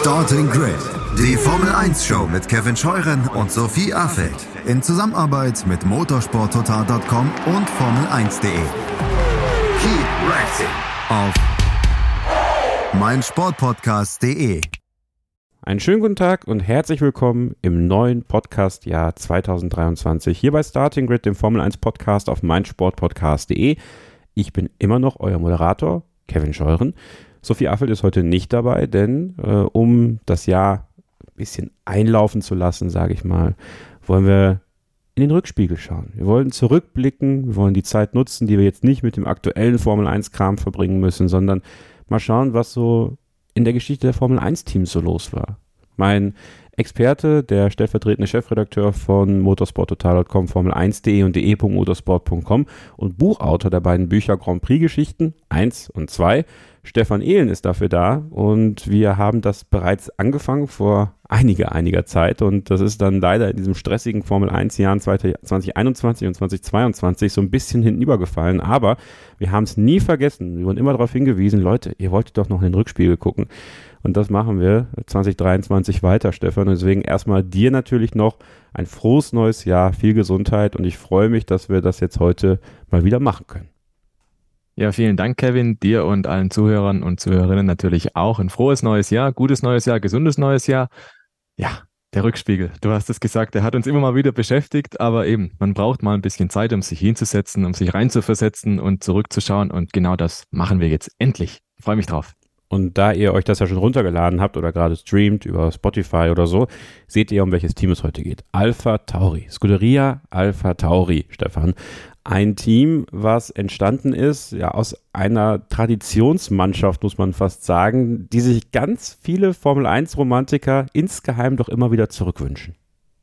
Starting Grid, die Formel-1-Show mit Kevin Scheuren und Sophie Affelt. In Zusammenarbeit mit motorsporttotal.com und Formel1.de. Keep racing auf meinsportpodcast.de. Einen schönen guten Tag und herzlich willkommen im neuen Podcast-Jahr 2023 hier bei Starting Grid, dem Formel-1-Podcast auf meinsportpodcast.de. Ich bin immer noch euer Moderator, Kevin Scheuren. Sophie Affelt ist heute nicht dabei, denn um das Jahr ein bisschen einlaufen zu lassen, sage ich mal, wollen wir in den Rückspiegel schauen. Wir wollen zurückblicken, wir wollen die Zeit nutzen, die wir jetzt nicht mit dem aktuellen Formel-1-Kram verbringen müssen, sondern mal schauen, was so in der Geschichte der Formel-1-Teams so los war. Mein Experte, der stellvertretende Chefredakteur von motorsporttotal.com, Formel1.de und de.motorsport.com und Buchautor der beiden Bücher Grand Prix-Geschichten 1 und 2, Stefan Ehlen ist dafür da und wir haben das bereits angefangen vor einiger Zeit und das ist dann leider in diesem stressigen Formel-1-Jahren 2021 und 2022 so ein bisschen hinübergefallen, aber wir haben es nie vergessen. Wir wurden immer darauf hingewiesen, Leute, ihr wolltet doch noch in den Rückspiegel gucken und das machen wir 2023 weiter, Stefan. Und deswegen erstmal dir natürlich noch ein frohes neues Jahr, viel Gesundheit und ich freue mich, dass wir das jetzt heute mal wieder machen können. Ja, vielen Dank, Kevin, dir und allen Zuhörern und Zuhörerinnen natürlich auch ein frohes neues Jahr, gutes neues Jahr, gesundes neues Jahr. Ja, der Rückspiegel, du hast es gesagt, der hat uns immer mal wieder beschäftigt, aber eben, man braucht mal ein bisschen Zeit, um sich hinzusetzen, um sich reinzuversetzen und zurückzuschauen und genau das machen wir jetzt endlich. Ich freue mich drauf. Und da ihr euch das ja schon runtergeladen habt oder gerade streamt über Spotify oder so, seht ihr, um welches Team es heute geht. AlphaTauri, Scuderia AlphaTauri, Stefan. Ein Team, was entstanden ist, ja, aus einer Traditionsmannschaft, muss man fast sagen, die sich ganz viele Formel-1-Romantiker insgeheim doch immer wieder zurückwünschen.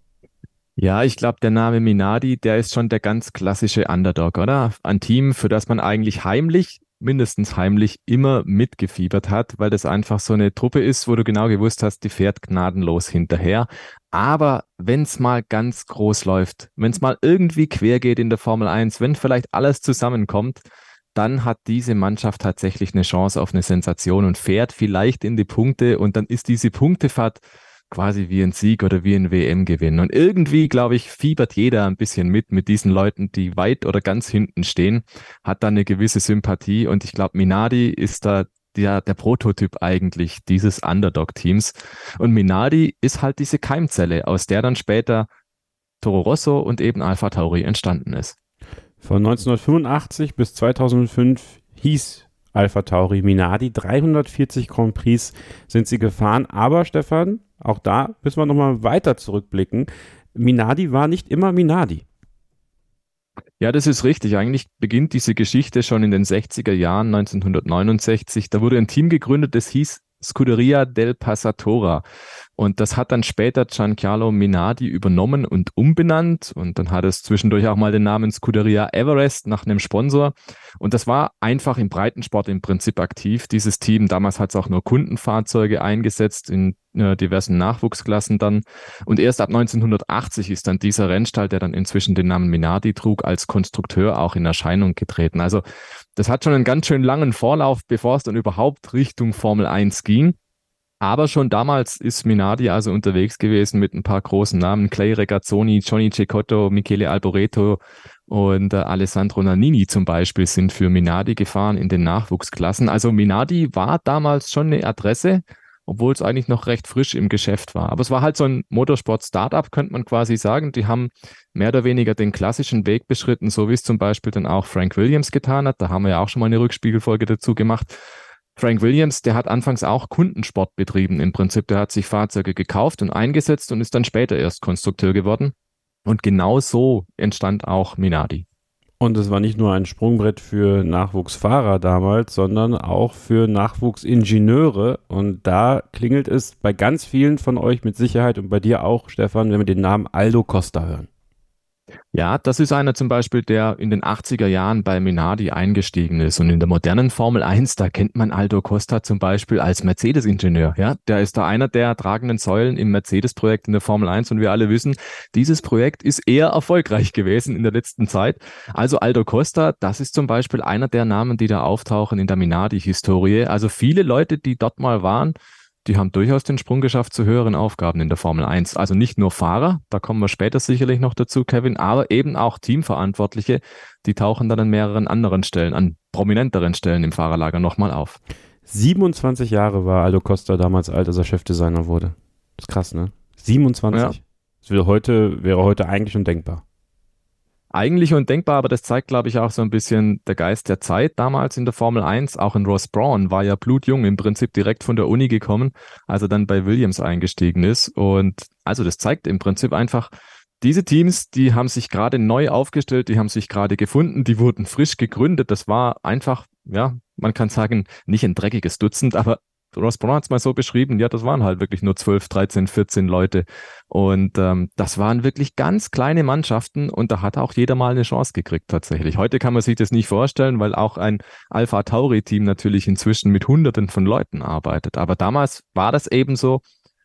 Ja, ich glaube, der Name Minardi, der ist schon der ganz klassische Underdog, oder? Ein Team, für das man eigentlich mindestens heimlich immer mitgefiebert hat, weil das einfach so eine Truppe ist, wo du genau gewusst hast, die fährt gnadenlos hinterher. Aber wenn es mal ganz groß läuft, wenn es mal irgendwie quer geht in der Formel 1, wenn vielleicht alles zusammenkommt, dann hat diese Mannschaft tatsächlich eine Chance auf eine Sensation und fährt vielleicht in die Punkte und dann ist diese Punktefahrt quasi wie ein Sieg oder wie ein WM-Gewinn. Und irgendwie, glaube ich, fiebert jeder ein bisschen mit diesen Leuten, die weit oder ganz hinten stehen, hat da eine gewisse Sympathie. Und ich glaube, Minardi ist da der Prototyp eigentlich dieses Underdog-Teams. Und Minardi ist halt diese Keimzelle, aus der dann später Toro Rosso und eben AlphaTauri entstanden ist. Von 1985 bis 2005 hieß AlphaTauri Minardi. 340 Grand Prix sind sie gefahren. Aber Stefan, auch da müssen wir nochmal weiter zurückblicken. Minardi war nicht immer Minardi. Ja, das ist richtig. Eigentlich beginnt diese Geschichte schon in den 60er Jahren, 1969. Da wurde ein Team gegründet, das hieß Scuderia del Passatora. Und das hat dann später Giancarlo Minardi übernommen und umbenannt. Und dann hat es zwischendurch auch mal den Namen Scuderia Everest nach einem Sponsor. Und das war einfach im Breitensport im Prinzip aktiv, dieses Team. Damals hat es auch nur Kundenfahrzeuge eingesetzt in diversen Nachwuchsklassen dann. Und erst ab 1980 ist dann dieser Rennstall, der dann inzwischen den Namen Minardi trug, als Konstrukteur auch in Erscheinung getreten. Also das hat schon einen ganz schön langen Vorlauf, bevor es dann überhaupt Richtung Formel 1 ging. Aber schon damals ist Minardi also unterwegs gewesen mit ein paar großen Namen. Clay Regazzoni, Johnny Cecotto, Michele Alboreto und Alessandro Nannini zum Beispiel sind für Minardi gefahren in den Nachwuchsklassen. Also Minardi war damals schon eine Adresse, obwohl es eigentlich noch recht frisch im Geschäft war. Aber es war halt so ein Motorsport-Startup, könnte man quasi sagen. Die haben mehr oder weniger den klassischen Weg beschritten, so wie es zum Beispiel dann auch Frank Williams getan hat. Da haben wir ja auch schon mal eine Rückspiegelfolge dazu gemacht. Frank Williams, der hat anfangs auch Kundensport betrieben. Im Prinzip, der hat sich Fahrzeuge gekauft und eingesetzt und ist dann später erst Konstrukteur geworden. Und genau so entstand auch Minardi. Und es war nicht nur ein Sprungbrett für Nachwuchsfahrer damals, sondern auch für Nachwuchsingenieure. Und da klingelt es bei ganz vielen von euch mit Sicherheit und bei dir auch, Stefan, wenn wir den Namen Aldo Costa hören. Ja, das ist einer zum Beispiel, der in den 80er Jahren bei Minardi eingestiegen ist. Und in der modernen Formel 1, da kennt man Aldo Costa zum Beispiel als Mercedes-Ingenieur. Ja, der ist da einer der tragenden Säulen im Mercedes-Projekt in der Formel 1. Und wir alle wissen, dieses Projekt ist eher erfolgreich gewesen in der letzten Zeit. Also Aldo Costa, das ist zum Beispiel einer der Namen, die da auftauchen in der Minardi-Historie. Also viele Leute, die dort mal waren, die haben durchaus den Sprung geschafft zu höheren Aufgaben in der Formel 1. Also nicht nur Fahrer, da kommen wir später sicherlich noch dazu, Kevin, aber eben auch Teamverantwortliche, die tauchen dann an mehreren anderen Stellen, an prominenteren Stellen im Fahrerlager nochmal auf. 27 Jahre war Aldo Costa damals alt, als er Chefdesigner wurde. Das ist krass, ne? 27. Ja. Das wäre heute eigentlich undenkbar. Eigentlich undenkbar, aber das zeigt, glaube ich, auch so ein bisschen der Geist der Zeit damals in der Formel 1. Auch in Ross Brawn war ja blutjung, im Prinzip direkt von der Uni gekommen, als er dann bei Williams eingestiegen ist. Und also das zeigt im Prinzip einfach, diese Teams, die haben sich gerade neu aufgestellt, die haben sich gerade gefunden, die wurden frisch gegründet. Das war einfach, ja, man kann sagen, nicht ein dreckiges Dutzend, aber Ross Brawn hat es mal so beschrieben, ja, das waren halt wirklich nur 12, 13, 14 Leute. Und das waren wirklich ganz kleine Mannschaften und da hat auch jeder mal eine Chance gekriegt tatsächlich. Heute kann man sich das nicht vorstellen, weil auch ein Alpha Tauri-Team natürlich inzwischen mit Hunderten von Leuten arbeitet. Aber damals war das eben so,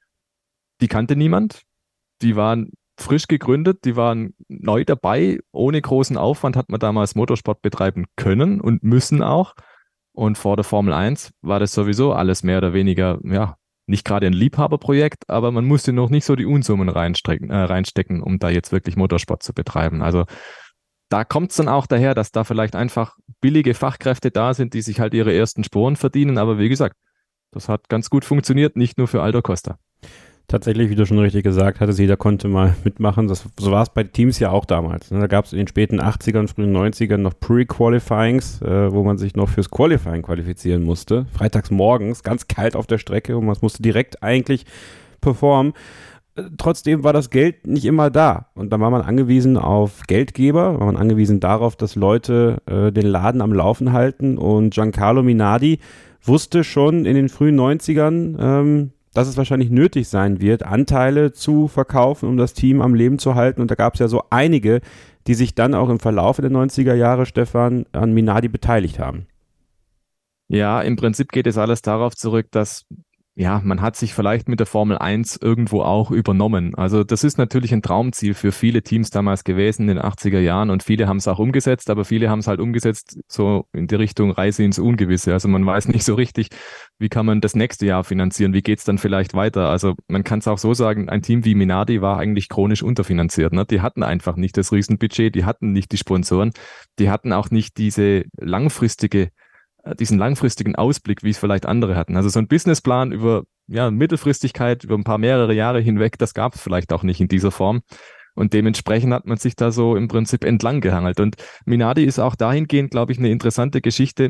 die kannte niemand, die waren frisch gegründet, die waren neu dabei, ohne großen Aufwand hat man damals Motorsport betreiben können und müssen auch. Und vor der Formel 1 war das sowieso alles mehr oder weniger, ja, nicht gerade ein Liebhaberprojekt, aber man musste noch nicht so die Unsummen reinstecken, um da jetzt wirklich Motorsport zu betreiben. Also da kommt es dann auch daher, dass da vielleicht einfach billige Fachkräfte da sind, die sich halt ihre ersten Sporen verdienen. Aber wie gesagt, das hat ganz gut funktioniert, nicht nur für Aldo Costa. Tatsächlich, wie du schon richtig gesagt hattest, jeder konnte mal mitmachen. So war es bei Teams ja auch damals. Da gab es in den späten 80ern, frühen 90ern noch Pre-Qualifyings, wo man sich noch fürs Qualifying qualifizieren musste. Freitags morgens, ganz kalt auf der Strecke und man musste direkt eigentlich performen. Trotzdem war das Geld nicht immer da. Und dann war man angewiesen auf Geldgeber, war man angewiesen darauf, dass Leute den Laden am Laufen halten. Und Giancarlo Minardi wusste schon in den frühen 90ern, dass es wahrscheinlich nötig sein wird, Anteile zu verkaufen, um das Team am Leben zu halten. Und da gab es ja so einige, die sich dann auch im Verlauf der 90er Jahre, Stefan, an Minardi beteiligt haben. Ja, im Prinzip geht es alles darauf zurück, dass ja, man hat sich vielleicht mit der Formel 1 irgendwo auch übernommen. Also das ist natürlich ein Traumziel für viele Teams damals gewesen in den 80er Jahren und viele haben es auch umgesetzt, aber viele haben es halt umgesetzt so in die Richtung Reise ins Ungewisse. Also man weiß nicht so richtig, wie kann man das nächste Jahr finanzieren, wie geht's dann vielleicht weiter. Also man kann es auch so sagen, ein Team wie Minardi war eigentlich chronisch unterfinanziert. Ne? Die hatten einfach nicht das Riesenbudget, die hatten nicht die Sponsoren, die hatten auch nicht diesen langfristigen Ausblick, wie es vielleicht andere hatten. Also so ein Businessplan über Mittelfristigkeit, über mehrere Jahre hinweg, das gab es vielleicht auch nicht in dieser Form. Und dementsprechend hat man sich da so im Prinzip entlang gehangelt. Und Minardi ist auch dahingehend, glaube ich, eine interessante Geschichte,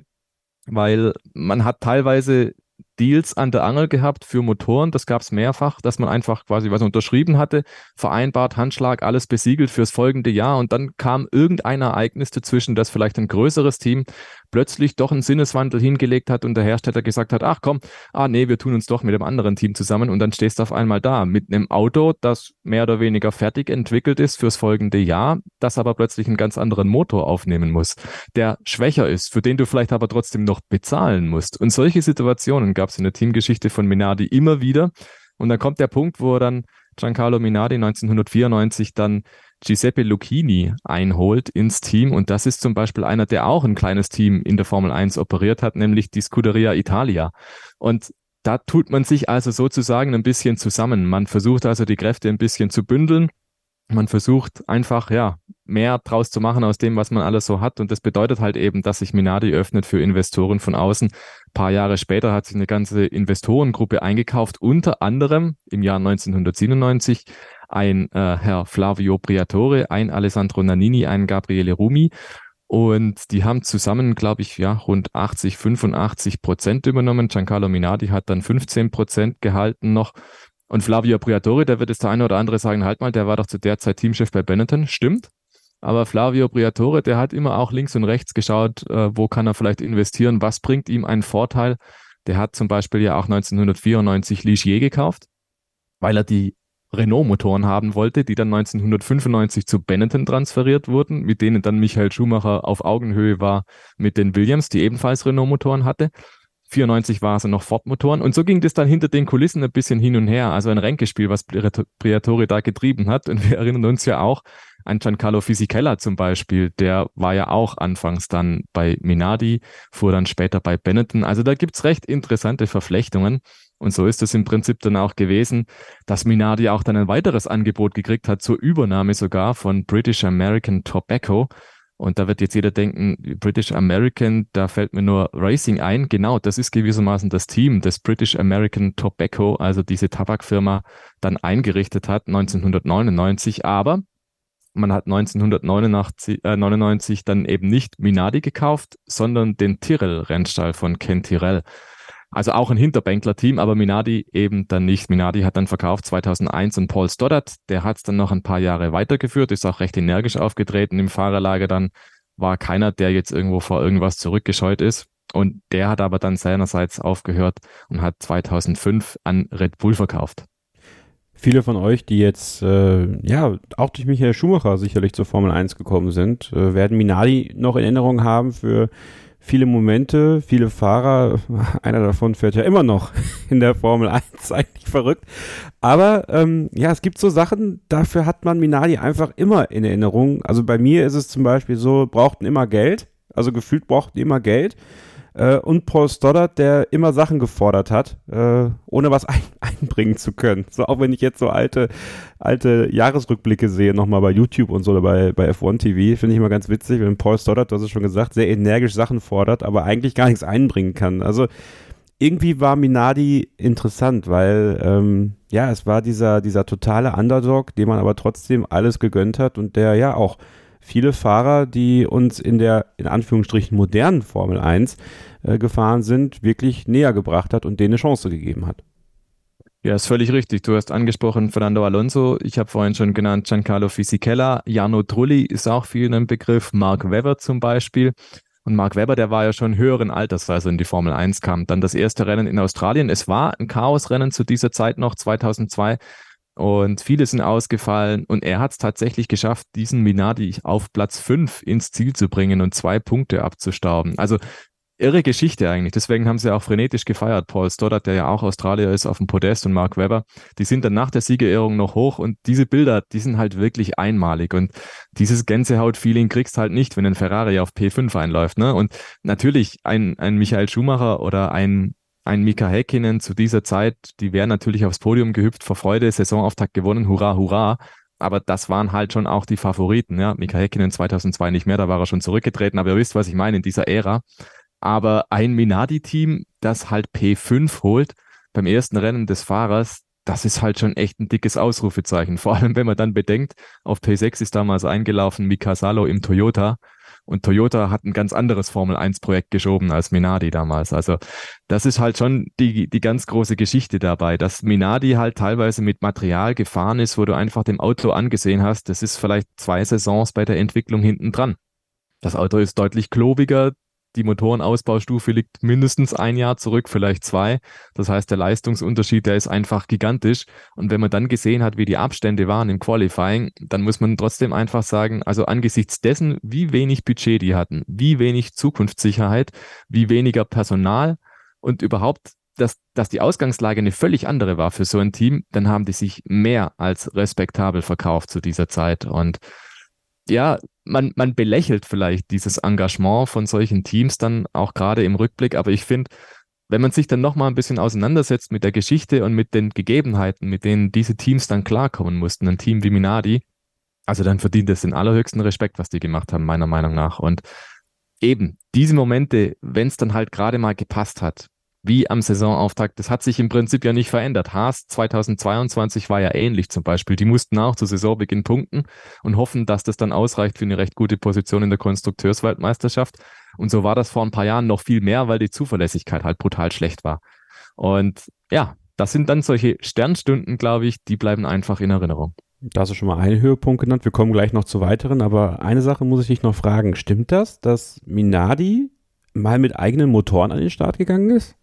weil man hat teilweise Deals an der Angel gehabt für Motoren, das gab es mehrfach, dass man einfach quasi was unterschrieben hatte, vereinbart, Handschlag, alles besiegelt fürs folgende Jahr und dann kam irgendein Ereignis dazwischen, das vielleicht ein größeres Team plötzlich doch einen Sinneswandel hingelegt hat und der Hersteller gesagt hat, ach komm, wir tun uns doch mit einem anderen Team zusammen und dann stehst du auf einmal da mit einem Auto, das mehr oder weniger fertig entwickelt ist fürs folgende Jahr, das aber plötzlich einen ganz anderen Motor aufnehmen muss, der schwächer ist, für den du vielleicht aber trotzdem noch bezahlen musst. Und solche Situationen gab es in der Teamgeschichte von Minardi immer wieder und dann kommt der Punkt, wo dann Giancarlo Minardi 1994 dann Giuseppe Lucchini einholt ins Team und das ist zum Beispiel einer, der auch ein kleines Team in der Formel 1 operiert hat, nämlich die Scuderia Italia. Und da tut man sich also sozusagen ein bisschen zusammen. Man versucht also die Kräfte ein bisschen zu bündeln. Man versucht einfach, mehr draus zu machen aus dem, was man alles so hat. Und das bedeutet halt eben, dass sich Minardi öffnet für Investoren von außen. Ein paar Jahre später hat sich eine ganze Investorengruppe eingekauft, unter anderem im Jahr 1997 ein Herr Flavio Briatore, ein Alessandro Nannini, ein Gabriele Rumi. Und die haben zusammen, glaube ich, rund 85% übernommen. Giancarlo Minardi hat dann 15% gehalten noch. Und Flavio Briatore, der wird jetzt der eine oder andere sagen, halt mal, der war doch zu der Zeit Teamchef bei Benetton. Stimmt. Aber Flavio Briatore, der hat immer auch links und rechts geschaut, wo kann er vielleicht investieren, was bringt ihm einen Vorteil. Der hat zum Beispiel ja auch 1994 Ligier gekauft, weil er die Renault-Motoren haben wollte, die dann 1995 zu Benetton transferiert wurden, mit denen dann Michael Schumacher auf Augenhöhe war mit den Williams, die ebenfalls Renault-Motoren hatte. 94 war es noch Ford-Motoren und so ging das dann hinter den Kulissen ein bisschen hin und her, also ein Ränkespiel, was Briatore da getrieben hat und wir erinnern uns ja auch an Giancarlo Fisichella zum Beispiel, der war ja auch anfangs dann bei Minardi, fuhr dann später bei Benetton, also da gibt's recht interessante Verflechtungen Und so ist es im Prinzip dann auch gewesen, dass Minardi auch dann ein weiteres Angebot gekriegt hat, zur Übernahme sogar von British American Tobacco. Und da wird jetzt jeder denken, British American, da fällt mir nur Racing ein. Genau, das ist gewissermaßen das Team, das British American Tobacco, also diese Tabakfirma, dann eingerichtet hat, 1999. Aber man hat 1999 dann eben nicht Minardi gekauft, sondern den Tyrrell-Rennstall von Ken Tyrrell. Also auch ein Hinterbänkler-Team, aber Minardi eben dann nicht. Minardi hat dann verkauft 2001 und Paul Stoddart, der hat es dann noch ein paar Jahre weitergeführt, ist auch recht energisch aufgetreten im Fahrerlager. Dann war keiner, der jetzt irgendwo vor irgendwas zurückgescheut ist. Und der hat aber dann seinerseits aufgehört und hat 2005 an Red Bull verkauft. Viele von euch, die jetzt auch durch Michael Schumacher sicherlich zur Formel 1 gekommen sind, werden Minardi noch in Erinnerung haben für viele Momente, viele Fahrer. Einer davon fährt ja immer noch in der Formel 1, eigentlich verrückt. Aber es gibt so Sachen, dafür hat man Minardi einfach immer in Erinnerung. Also bei mir ist es zum Beispiel so, brauchten immer Geld, also gefühlt brauchten immer Geld. Und Paul Stoddart, der immer Sachen gefordert hat, ohne was einbringen zu können. So, auch wenn ich jetzt so alte Jahresrückblicke sehe, nochmal bei YouTube und so oder bei F1 TV, finde ich immer ganz witzig, wenn Paul Stoddart, du hast es schon gesagt, sehr energisch Sachen fordert, aber eigentlich gar nichts einbringen kann. Also irgendwie war Minardi interessant, weil es war dieser totale Underdog, dem man aber trotzdem alles gegönnt hat und der ja auch viele Fahrer, die uns in der, in Anführungsstrichen, modernen Formel 1 gefahren sind, wirklich näher gebracht hat und denen eine Chance gegeben hat. Ja, ist völlig richtig. Du hast angesprochen Fernando Alonso. Ich habe vorhin schon genannt Giancarlo Fisichella. Jarno Trulli ist auch vielen ein Begriff. Mark Webber zum Beispiel. Und Mark Webber, der war ja schon höheren Alters, als er in die Formel 1 kam. Dann das erste Rennen in Australien. Es war ein Chaosrennen zu dieser Zeit noch, 2002. Und viele sind ausgefallen und er hat es tatsächlich geschafft, diesen Minardi auf Platz 5 ins Ziel zu bringen und 2 Punkte abzustauben. Also irre Geschichte eigentlich. Deswegen haben sie auch frenetisch gefeiert. Paul Stoddart, der ja auch Australier ist, auf dem Podest und Mark Webber, die sind dann nach der Siegerehrung noch hoch und diese Bilder, die sind halt wirklich einmalig und dieses Gänsehaut-Feeling kriegst halt nicht, wenn ein Ferrari auf P5 einläuft, ne? Und natürlich ein Michael Schumacher oder ein Mika Häkkinen zu dieser Zeit, die wären natürlich aufs Podium gehüpft vor Freude, Saisonauftakt gewonnen, hurra, hurra. Aber das waren halt schon auch die Favoriten. Ja, Mika Häkkinen 2002 nicht mehr, da war er schon zurückgetreten. Aber ihr wisst, was ich meine in dieser Ära. Aber ein Minardi-Team, das halt P5 holt beim ersten Rennen des Fahrers, das ist halt schon echt ein dickes Ausrufezeichen. Vor allem, wenn man dann bedenkt, auf P6 ist damals eingelaufen Mika Salo im Toyota. Und Toyota hat ein ganz anderes Formel-1-Projekt geschoben als Minardi damals. Also das ist halt schon die ganz große Geschichte dabei, dass Minardi halt teilweise mit Material gefahren ist, wo du einfach dem Auto angesehen hast, das ist vielleicht 2 Saisons bei der Entwicklung hinten dran. Das Auto ist deutlich klobiger, die Motorenausbaustufe liegt mindestens 1 Jahr zurück, vielleicht 2. Das heißt, der Leistungsunterschied, der ist einfach gigantisch. Und wenn man dann gesehen hat, wie die Abstände waren im Qualifying, dann muss man trotzdem einfach sagen, also angesichts dessen, wie wenig Budget die hatten, wie wenig Zukunftssicherheit, wie weniger Personal und überhaupt, dass die Ausgangslage eine völlig andere war für so ein Team, dann haben die sich mehr als respektabel verkauft zu dieser Zeit. Und ja, man belächelt vielleicht dieses Engagement von solchen Teams dann auch gerade im Rückblick, aber ich finde, wenn man sich dann nochmal ein bisschen auseinandersetzt mit der Geschichte und mit den Gegebenheiten, mit denen diese Teams dann klarkommen mussten, ein Team wie Minardi, also dann verdient es den allerhöchsten Respekt, was die gemacht haben, meiner Meinung nach. Und eben diese Momente, wenn es dann halt gerade mal gepasst hat, wie am Saisonauftakt, das hat sich im Prinzip ja nicht verändert. Haas 2022 war ja ähnlich zum Beispiel. Die mussten auch zu Saisonbeginn punkten und hoffen, dass das dann ausreicht für eine recht gute Position in der Konstrukteursweltmeisterschaft. Und so war das vor ein paar Jahren noch viel mehr, weil die Zuverlässigkeit halt brutal schlecht war. Und ja, das sind dann solche Sternstunden, glaube ich, die bleiben einfach in Erinnerung. Da hast du schon mal einen Höhepunkt genannt. Wir kommen gleich noch zu weiteren, aber eine Sache muss ich dich noch fragen. Stimmt das, dass Minardi mal mit eigenen Motoren an den Start gegangen ist?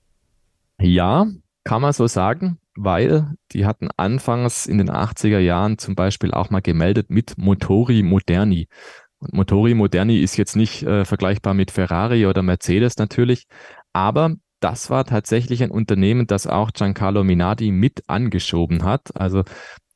Ja, kann man so sagen, weil die hatten anfangs in den 80er Jahren zum Beispiel auch mal gemeldet mit Motori Moderni. Und Motori Moderni ist jetzt nicht vergleichbar mit Ferrari oder Mercedes natürlich, aber das war tatsächlich ein Unternehmen, das auch Giancarlo Minardi mit angeschoben hat. Also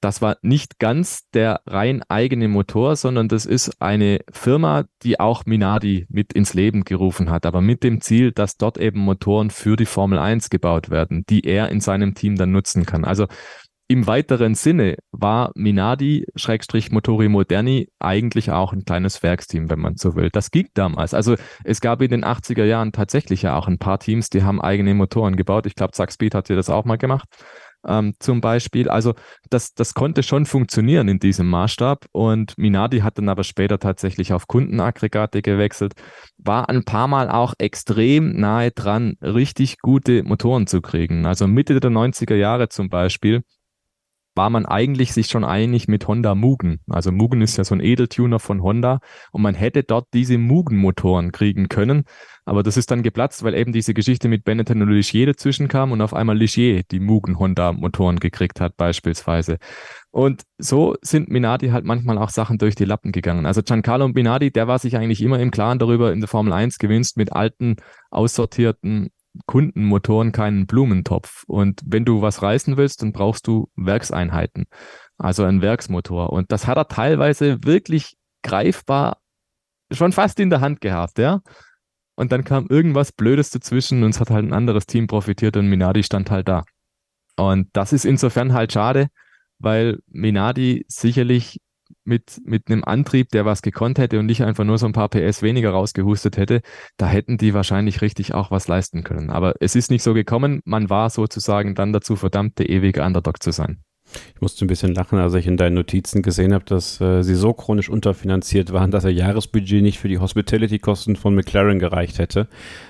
das war nicht ganz der rein eigene Motor, sondern das ist eine Firma, die auch Minardi mit ins Leben gerufen hat, aber mit dem Ziel, dass dort eben Motoren für die Formel 1 gebaut werden, die er in seinem Team dann nutzen kann. Also im weiteren Sinne war Minardi-Motori Moderni eigentlich auch ein kleines Werksteam, wenn man so will. Das ging damals. Also es gab in den 80er Jahren tatsächlich ja auch ein paar Teams, die haben eigene Motoren gebaut. Ich glaube, Zack Speed hat ja das auch mal gemacht, zum Beispiel. Also das konnte schon funktionieren in diesem Maßstab. Und Minardi hat dann aber später tatsächlich auf Kundenaggregate gewechselt, war ein paar Mal auch extrem nahe dran, richtig gute Motoren zu kriegen. Also Mitte der 90er Jahre zum Beispiel war man eigentlich sich schon einig mit Honda Mugen. Also Mugen ist ja so ein Edeltuner von Honda und man hätte dort diese Mugen-Motoren kriegen können, aber das ist dann geplatzt, weil eben diese Geschichte mit Benetton und Ligier dazwischen kam und auf einmal Ligier die Mugen-Honda-Motoren gekriegt hat beispielsweise. Und so sind Minardi halt manchmal auch Sachen durch die Lappen gegangen. Also Giancarlo Minardi, der war sich eigentlich immer im Klaren darüber, in der Formel 1 gewinnst mit alten, aussortierten Kundenmotoren keinen Blumentopf. Und wenn du was reißen willst, dann brauchst du Werkseinheiten, also einen Werksmotor. Und das hat er teilweise wirklich greifbar schon fast in der Hand gehabt, ja. Und dann kam irgendwas Blödes dazwischen und es hat halt ein anderes Team profitiert und Minardi stand halt da. Und das ist insofern halt schade, weil Minardi sicherlich mit einem Antrieb, der was gekonnt hätte und nicht einfach nur so ein paar PS weniger rausgehustet hätte, da hätten die wahrscheinlich richtig auch was leisten können. Aber es ist nicht so gekommen. Man war sozusagen dann dazu verdammt, der ewige Underdog zu sein. Ich musste ein bisschen lachen, als ich in deinen Notizen gesehen habe, dass sie so chronisch unterfinanziert waren, dass ihr Jahresbudget nicht für die Hospitality-Kosten von McLaren gereicht hätte.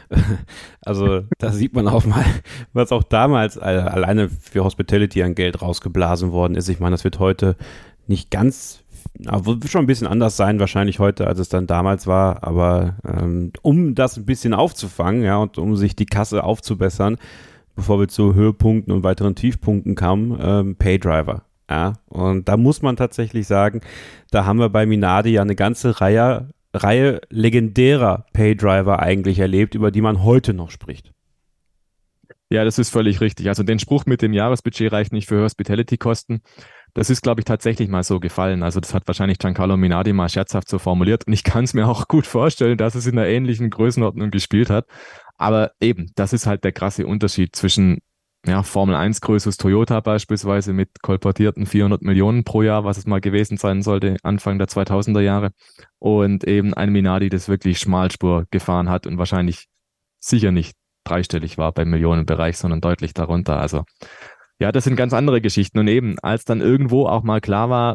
Also da sieht man auch mal, was auch damals alleine für Hospitality an Geld rausgeblasen worden ist. Ich meine, das wird heute nicht ganz, aber wird schon ein bisschen anders sein wahrscheinlich heute, als es dann damals war, aber um das ein bisschen aufzufangen, ja, und um sich die Kasse aufzubessern, bevor wir zu Höhepunkten und weiteren Tiefpunkten kamen, Paydriver, ja, und da muss man tatsächlich sagen, da haben wir bei Minardi ja eine ganze Reihe legendärer Paydriver eigentlich erlebt, über die man heute noch spricht. Ja, das ist völlig richtig. Also den Spruch mit dem Jahresbudget reicht nicht für Hospitality-Kosten. Das ist, glaube ich, tatsächlich mal so gefallen. Also das hat wahrscheinlich Giancarlo Minardi mal scherzhaft so formuliert. Und ich kann es mir auch gut vorstellen, dass es in einer ähnlichen Größenordnung gespielt hat. Aber eben, das ist halt der krasse Unterschied zwischen Formel 1 Größe Toyota beispielsweise mit kolportierten 400 Millionen pro Jahr, was es mal gewesen sein sollte, Anfang der 2000er Jahre. Und eben ein Minardi, das wirklich Schmalspur gefahren hat und wahrscheinlich sicher nicht dreistellig war beim Millionenbereich, sondern deutlich darunter. Also ja, das sind ganz andere Geschichten. Und eben, als dann irgendwo auch mal klar war,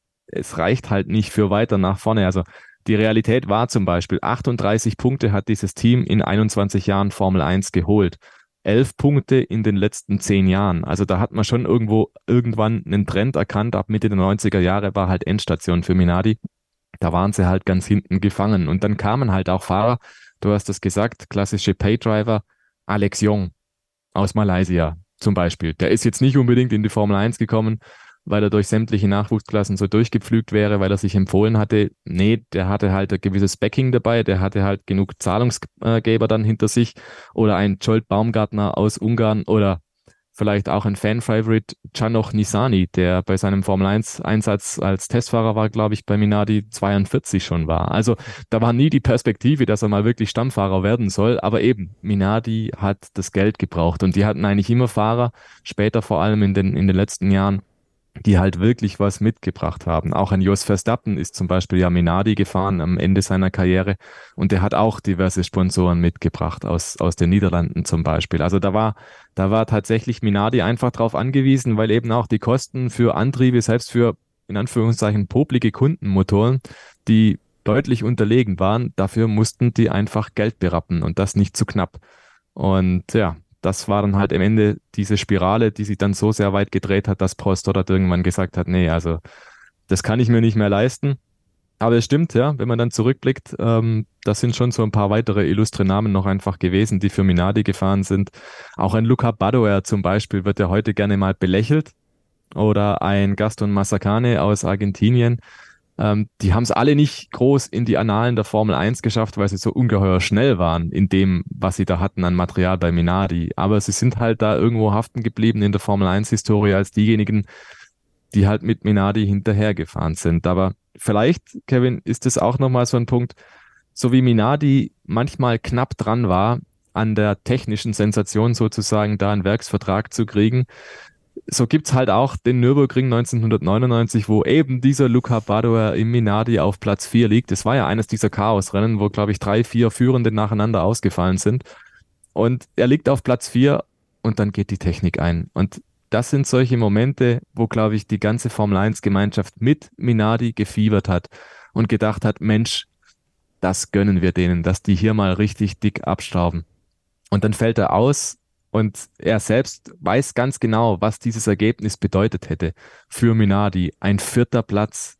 es reicht halt nicht für weiter nach vorne. Also die Realität war zum Beispiel, 38 Punkte hat dieses Team in 21 Jahren Formel 1 geholt. 11 Punkte in den letzten 10 Jahren. Also da hat man schon irgendwann einen Trend erkannt. Ab Mitte der 90er Jahre war halt Endstation für Minardi. Da waren sie halt ganz hinten gefangen. Und dann kamen halt auch Fahrer, du hast es gesagt, klassische Paydriver, Alex Young aus Malaysia zum Beispiel. Der ist jetzt nicht unbedingt in die Formel 1 gekommen, weil er durch sämtliche Nachwuchsklassen so durchgepflügt wäre, weil er sich empfohlen hatte. Nee, der hatte halt ein gewisses Backing dabei, der hatte halt genug Zahlungsgeber dann hinter sich. Oder ein Zsolt Baumgartner aus Ungarn oder vielleicht auch ein Fan-Favorite, Csanoch Nissany, der bei seinem Formel-1-Einsatz als Testfahrer war, glaube ich, bei Minardi 42 schon war. Also da war nie die Perspektive, dass er mal wirklich Stammfahrer werden soll, aber eben, Minardi hat das Geld gebraucht und die hatten eigentlich immer Fahrer, später vor allem in den letzten Jahren, die halt wirklich was mitgebracht haben. Auch ein Jos Verstappen ist zum Beispiel ja Minardi gefahren am Ende seiner Karriere und der hat auch diverse Sponsoren mitgebracht aus den Niederlanden zum Beispiel. Also da war tatsächlich Minardi einfach drauf angewiesen, weil eben auch die Kosten für Antriebe, selbst für in Anführungszeichen poplige Kundenmotoren, die deutlich unterlegen waren, dafür mussten die einfach Geld berappen und das nicht zu knapp. Und ja, das war dann halt am Ende diese Spirale, die sich dann so sehr weit gedreht hat, dass Paul Stoddart irgendwann gesagt hat, nee, also das kann ich mir nicht mehr leisten. Aber es stimmt, ja, wenn man dann zurückblickt, das sind schon so ein paar weitere illustre Namen noch einfach gewesen, die für Minardi gefahren sind. Auch ein Luca Badoer zum Beispiel wird ja heute gerne mal belächelt. Oder ein Gaston Mazacane aus Argentinien. Die haben es alle nicht groß in die Annalen der Formel 1 geschafft, weil sie so ungeheuer schnell waren in dem, was sie da hatten an Material bei Minardi. Aber sie sind halt da irgendwo haften geblieben in der Formel 1-Historie als diejenigen, die halt mit Minardi hinterhergefahren sind. Aber vielleicht, Kevin, ist es auch nochmal so ein Punkt, so wie Minardi manchmal knapp dran war, an der technischen Sensation sozusagen da einen Werksvertrag zu kriegen, so gibt's halt auch den Nürburgring 1999, wo eben dieser Luca Badoer im Minardi auf Platz 4 liegt. Es war ja eines dieser Chaosrennen, wo, glaube ich, 3, 4 Führende nacheinander ausgefallen sind. Und er liegt auf Platz 4 und dann geht die Technik ein. Und das sind solche Momente, wo, glaube ich, die ganze Formel-1-Gemeinschaft mit Minardi gefiebert hat und gedacht hat, Mensch, das gönnen wir denen, dass die hier mal richtig dick abstauben. Und dann fällt er aus und er selbst weiß ganz genau, was dieses Ergebnis bedeutet hätte für Minardi. Ein 4. Platz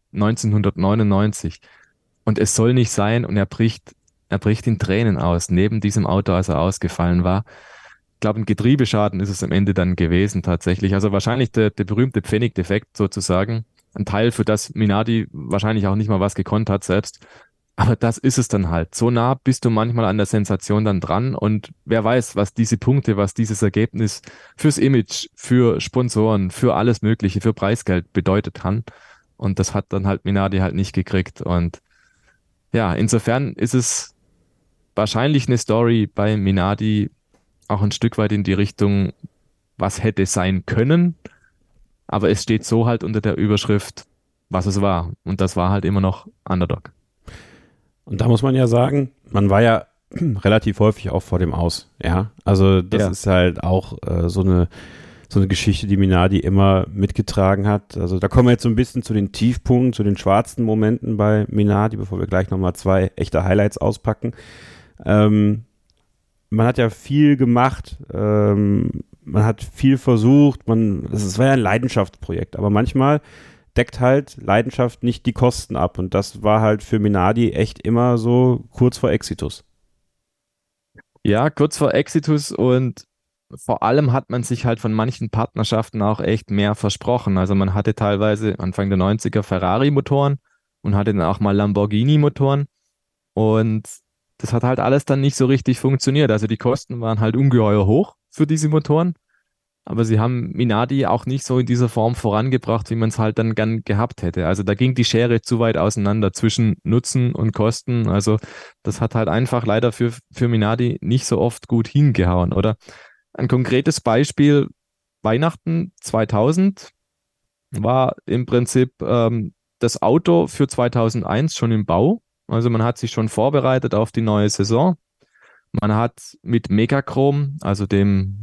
1999. Und es soll nicht sein und er bricht in Tränen aus, neben diesem Auto, als er ausgefallen war. Ich glaube, ein Getriebeschaden ist es am Ende dann gewesen tatsächlich. Also wahrscheinlich der berühmte Pfennigdefekt sozusagen. Ein Teil, für das Minardi wahrscheinlich auch nicht mal was gekonnt hat selbst. Aber das ist es dann halt. So nah bist du manchmal an der Sensation dann dran und wer weiß, was diese Punkte, was dieses Ergebnis fürs Image, für Sponsoren, für alles Mögliche, für Preisgeld bedeutet kann. Und das hat dann halt Minardi halt nicht gekriegt. Und ja, insofern ist es wahrscheinlich eine Story bei Minardi auch ein Stück weit in die Richtung, was hätte sein können. Aber es steht so halt unter der Überschrift, was es war. Und das war halt immer noch Underdog. Und da muss man ja sagen, man war ja relativ häufig auch vor dem Aus, ja. Also das ist halt auch so eine Geschichte, die Minardi immer mitgetragen hat. Also da kommen wir jetzt so ein bisschen zu den Tiefpunkten, zu den schwarzen Momenten bei Minardi, bevor wir gleich nochmal 2 echte Highlights auspacken. Man hat ja viel gemacht, man hat viel versucht, es war ja ein Leidenschaftsprojekt, aber manchmal deckt halt Leidenschaft nicht die Kosten ab und das war halt für Minardi echt immer so kurz vor Exitus. Ja, kurz vor Exitus und vor allem hat man sich halt von manchen Partnerschaften auch echt mehr versprochen. Also man hatte teilweise Anfang der 90er Ferrari-Motoren und hatte dann auch mal Lamborghini-Motoren und das hat halt alles dann nicht so richtig funktioniert. Also die Kosten waren halt ungeheuer hoch für diese Motoren. Aber sie haben Minardi auch nicht so in dieser Form vorangebracht, wie man es halt dann gern gehabt hätte. Also da ging die Schere zu weit auseinander zwischen Nutzen und Kosten. Also das hat halt einfach leider für Minardi nicht so oft gut hingehauen, oder? Ein konkretes Beispiel, Weihnachten 2000 war im Prinzip das Auto für 2001 schon im Bau. Also man hat sich schon vorbereitet auf die neue Saison. Man hat mit Megachrom, also dem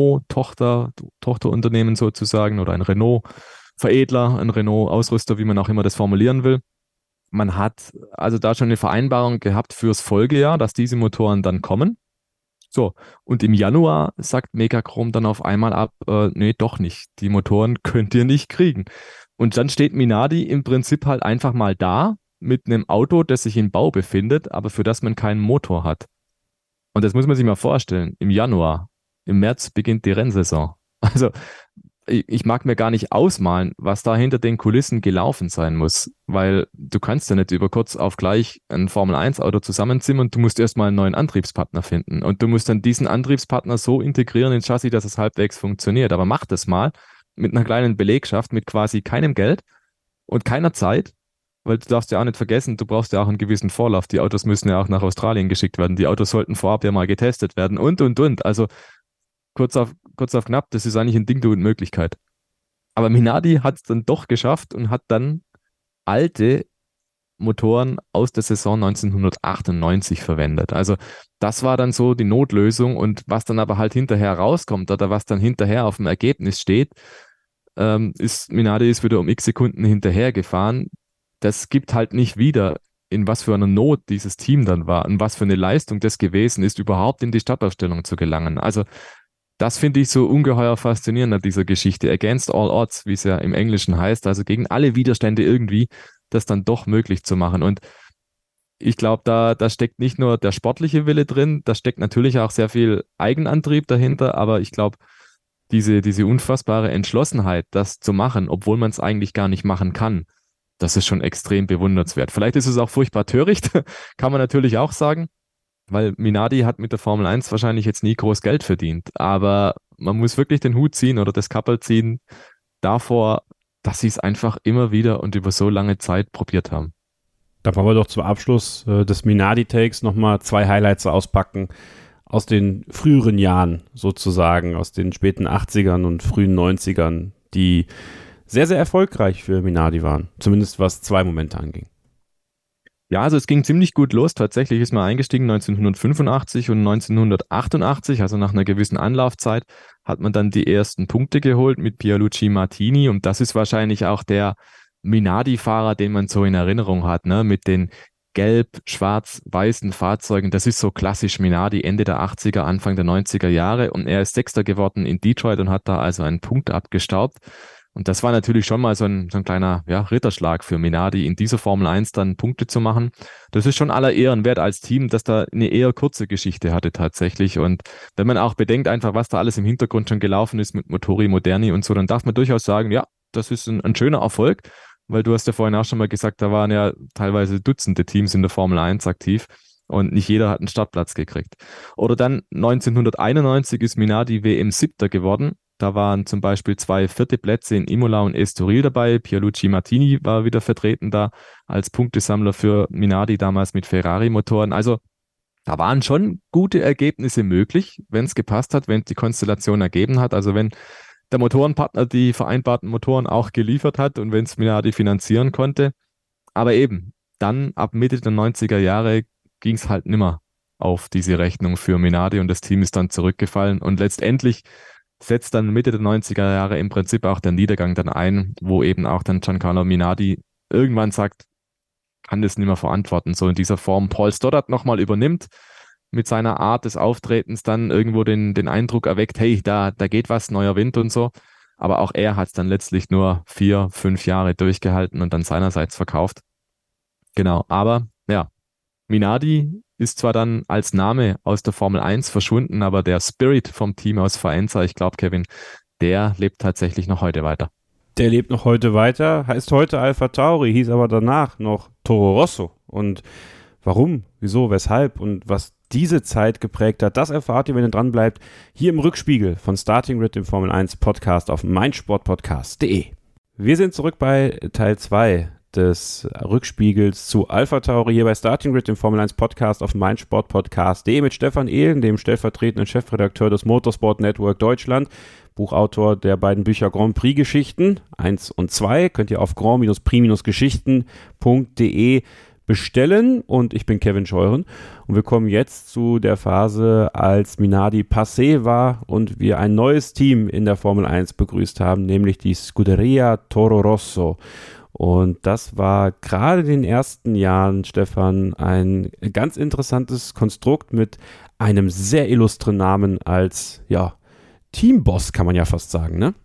Renault-Tochterunternehmen sozusagen oder ein Renault-Veredler, ein Renault-Ausrüster, wie man auch immer das formulieren will. Man hat also da schon eine Vereinbarung gehabt fürs Folgejahr, dass diese Motoren dann kommen. So, und im Januar sagt Megachrom dann auf einmal ab, nee, doch nicht, die Motoren könnt ihr nicht kriegen. Und dann steht Minardi im Prinzip halt einfach mal da mit einem Auto, das sich im Bau befindet, aber für das man keinen Motor hat. Und das muss man sich mal vorstellen, im Januar, im März beginnt die Rennsaison. Also ich mag mir gar nicht ausmalen, was da hinter den Kulissen gelaufen sein muss, weil du kannst ja nicht über kurz auf gleich ein Formel-1-Auto zusammenzimmern, du musst erstmal einen neuen Antriebspartner finden und du musst dann diesen Antriebspartner so integrieren ins Chassis, dass es halbwegs funktioniert. Aber mach das mal mit einer kleinen Belegschaft, mit quasi keinem Geld und keiner Zeit. Weil du darfst ja auch nicht vergessen, du brauchst ja auch einen gewissen Vorlauf. Die Autos müssen ja auch nach Australien geschickt werden. Die Autos sollten vorab ja mal getestet werden und. Also kurz auf knapp, das ist eigentlich ein Ding der Unmöglichkeit. Aber Minardi hat es dann doch geschafft und hat dann alte Motoren aus der Saison 1998 verwendet. Also das war dann so die Notlösung und was dann aber halt hinterher rauskommt oder was dann hinterher auf dem Ergebnis steht, Minardi ist wieder um x Sekunden hinterher gefahren. Das gibt halt nicht wieder, in was für einer Not dieses Team dann war und was für eine Leistung das gewesen ist, überhaupt in die Startaufstellung zu gelangen. Also das finde ich so ungeheuer faszinierend an dieser Geschichte. Against all odds, wie es ja im Englischen heißt, also gegen alle Widerstände irgendwie, das dann doch möglich zu machen. Und ich glaube, da steckt nicht nur der sportliche Wille drin, da steckt natürlich auch sehr viel Eigenantrieb dahinter, aber ich glaube, diese unfassbare Entschlossenheit, das zu machen, obwohl man es eigentlich gar nicht machen kann, das ist schon extrem bewundernswert. Vielleicht ist es auch furchtbar töricht, kann man natürlich auch sagen, weil Minardi hat mit der Formel 1 wahrscheinlich jetzt nie groß Geld verdient. Aber man muss wirklich den Hut ziehen oder das Kappel ziehen davor, dass sie es einfach immer wieder und über so lange Zeit probiert haben. Da wollen wir doch zum Abschluss des Minardi-Takes nochmal 2 Highlights auspacken aus den früheren Jahren sozusagen, aus den späten 80ern und frühen 90ern, die sehr, sehr erfolgreich für Minardi waren, zumindest was 2 Momente anging. Ja, also es ging ziemlich gut los. Tatsächlich ist man eingestiegen 1985 und 1988, also nach einer gewissen Anlaufzeit, hat man dann die ersten Punkte geholt mit Pierluigi Martini und das ist wahrscheinlich auch der Minardi-Fahrer, den man so in Erinnerung hat, ne? Mit den gelb-schwarz-weißen Fahrzeugen. Das ist so klassisch Minardi, Ende der 80er, Anfang der 90er Jahre und er ist Sechster geworden in Detroit und hat da also einen Punkt abgestaubt. Und das war natürlich schon mal so ein kleiner Ritterschlag für Minardi, in dieser Formel 1 dann Punkte zu machen. Das ist schon aller Ehren wert als Team, dass da eine eher kurze Geschichte hatte tatsächlich. Und wenn man auch bedenkt einfach, was da alles im Hintergrund schon gelaufen ist mit Motori Moderni und so, dann darf man durchaus sagen, ja, das ist ein schöner Erfolg, weil du hast ja vorhin auch schon mal gesagt, da waren ja teilweise Dutzende Teams in der Formel 1 aktiv. Und nicht jeder hat einen Startplatz gekriegt. Oder dann 1991 ist Minardi WM-Siebter geworden. Da waren zum Beispiel 2 vierte Plätze in Imola und Estoril dabei. Pierluigi Martini war wieder vertreten da als Punktesammler für Minardi, damals mit Ferrari-Motoren. Also da waren schon gute Ergebnisse möglich, wenn es gepasst hat, wenn die Konstellation ergeben hat. Also wenn der Motorenpartner die vereinbarten Motoren auch geliefert hat und wenn es Minardi finanzieren konnte. Aber eben, dann ab Mitte der 90er Jahre ging es halt nimmer auf diese Rechnung für Minardi und das Team ist dann zurückgefallen und letztendlich setzt dann Mitte der 90er Jahre im Prinzip auch der Niedergang dann ein, wo eben auch dann Giancarlo Minardi irgendwann sagt, kann das nicht mehr verantworten, so in dieser Form. Paul Stoddart nochmal übernimmt, mit seiner Art des Auftretens dann irgendwo den Eindruck erweckt, hey, da geht was, neuer Wind und so. Aber auch er hat es dann letztlich nur 4, 5 Jahre durchgehalten und dann seinerseits verkauft. Genau, aber ja, Minardi ist zwar dann als Name aus der Formel 1 verschwunden, aber der Spirit vom Team aus Faenza, ich glaube, Kevin, der lebt tatsächlich noch heute weiter. Der lebt noch heute weiter, heißt heute AlphaTauri, hieß aber danach noch Toro Rosso. Und warum, wieso, weshalb und was diese Zeit geprägt hat, das erfahrt ihr, wenn ihr dran bleibt, hier im Rückspiegel von Starting Grid, dem Formel 1 Podcast auf meinsportpodcast.de. Wir sind zurück bei Teil 2 des Rückspiegels zu AlphaTauri hier bei Starting Grid, dem Formel 1 Podcast auf meinsportpodcast.de mit Stefan Ehlen, dem stellvertretenden Chefredakteur des Motorsport Network Deutschland, Buchautor der beiden Bücher Grand Prix Geschichten 1 und 2, könnt ihr auf grand-prix-geschichten.de bestellen und ich bin Kevin Scheuren und wir kommen jetzt zu der Phase, als Minardi passé war und wir ein neues Team in der Formel 1 begrüßt haben, nämlich die Scuderia Toro Rosso. Und das war gerade in den ersten Jahren, Stefan, ein ganz interessantes Konstrukt mit einem sehr illustren Namen als, ja, Teamboss, kann man ja fast sagen, ne?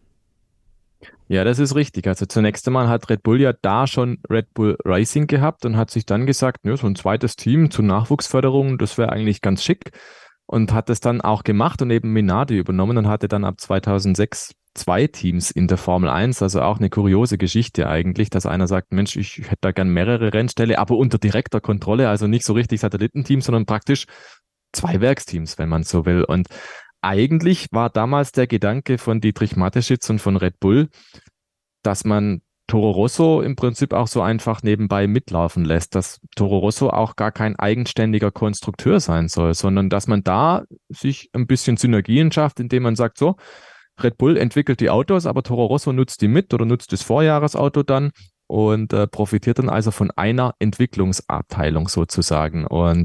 Ja, das ist richtig. Also zunächst einmal hat Red Bull ja da schon Red Bull Racing gehabt und hat sich dann gesagt, ja, so ein zweites Team zur Nachwuchsförderung, das wäre eigentlich ganz schick und hat es dann auch gemacht und eben Minardi übernommen und hatte dann ab 2006 2 Teams in der Formel 1, also auch eine kuriose Geschichte eigentlich, dass einer sagt, Mensch, ich hätte da gern mehrere Rennställe, aber unter direkter Kontrolle, also nicht so richtig Satellitenteams, sondern praktisch 2 Werksteams, wenn man so will. Und eigentlich war damals der Gedanke von Dietrich Mateschitz und von Red Bull, dass man Toro Rosso im Prinzip auch so einfach nebenbei mitlaufen lässt, dass Toro Rosso auch gar kein eigenständiger Konstrukteur sein soll, sondern dass man da sich ein bisschen Synergien schafft, indem man sagt, so, Red Bull entwickelt die Autos, aber Toro Rosso nutzt die mit oder nutzt das Vorjahresauto dann und profitiert dann also von einer Entwicklungsabteilung sozusagen. Und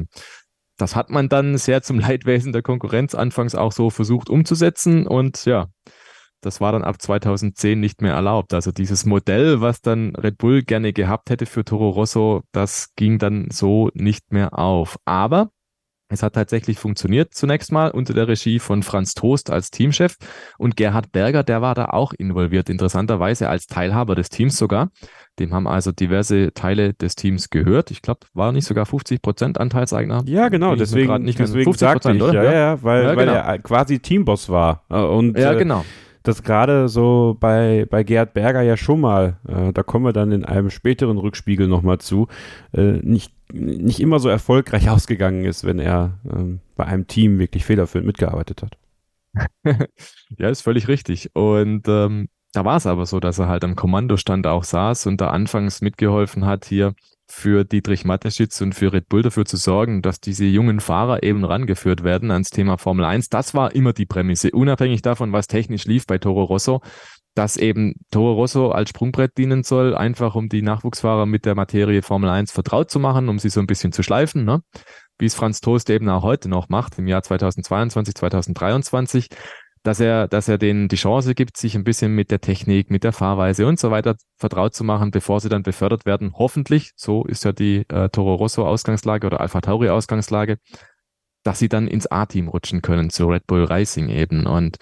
das hat man dann sehr zum Leidwesen der Konkurrenz anfangs auch so versucht umzusetzen und ja, das war dann ab 2010 nicht mehr erlaubt. Also dieses Modell, was dann Red Bull gerne gehabt hätte für Toro Rosso, das ging dann so nicht mehr auf. Aber es hat tatsächlich funktioniert, zunächst mal unter der Regie von Franz Toast als Teamchef und Gerhard Berger, der war da auch involviert, interessanterweise als Teilhaber des Teams sogar. Dem haben also diverse Teile des Teams gehört. Ich glaube, war nicht sogar 50% Anteilseigner? Ja, genau, deswegen sagte ich, oder? Ja, weil er quasi Teamboss war. Und, ja, genau. Das gerade so bei Gerhard Berger ja schon mal, da kommen wir dann in einem späteren Rückspiegel nochmal zu, nicht immer so erfolgreich ausgegangen ist, wenn er bei einem Team wirklich federführend mitgearbeitet hat. Ja, ist völlig richtig. Und Da war es aber so, dass er halt am Kommandostand auch saß und da anfangs mitgeholfen hat, hier für Dietrich Mateschitz und für Red Bull dafür zu sorgen, dass diese jungen Fahrer eben rangeführt werden ans Thema Formel 1. Das war immer die Prämisse, unabhängig davon, was technisch lief bei Toro Rosso, dass eben Toro Rosso als Sprungbrett dienen soll, einfach um die Nachwuchsfahrer mit der Materie Formel 1 vertraut zu machen, um sie so ein bisschen zu schleifen, ne? Wie es Franz Tost eben auch heute noch macht, im Jahr 2022, 2023, dass er denen die Chance gibt, sich ein bisschen mit der Technik, mit der Fahrweise und so weiter vertraut zu machen, bevor sie dann befördert werden. Hoffentlich, so ist ja die Toro Rosso Ausgangslage oder Alpha Tauri Ausgangslage, dass sie dann ins A-Team rutschen können, zu Red Bull Racing eben. Und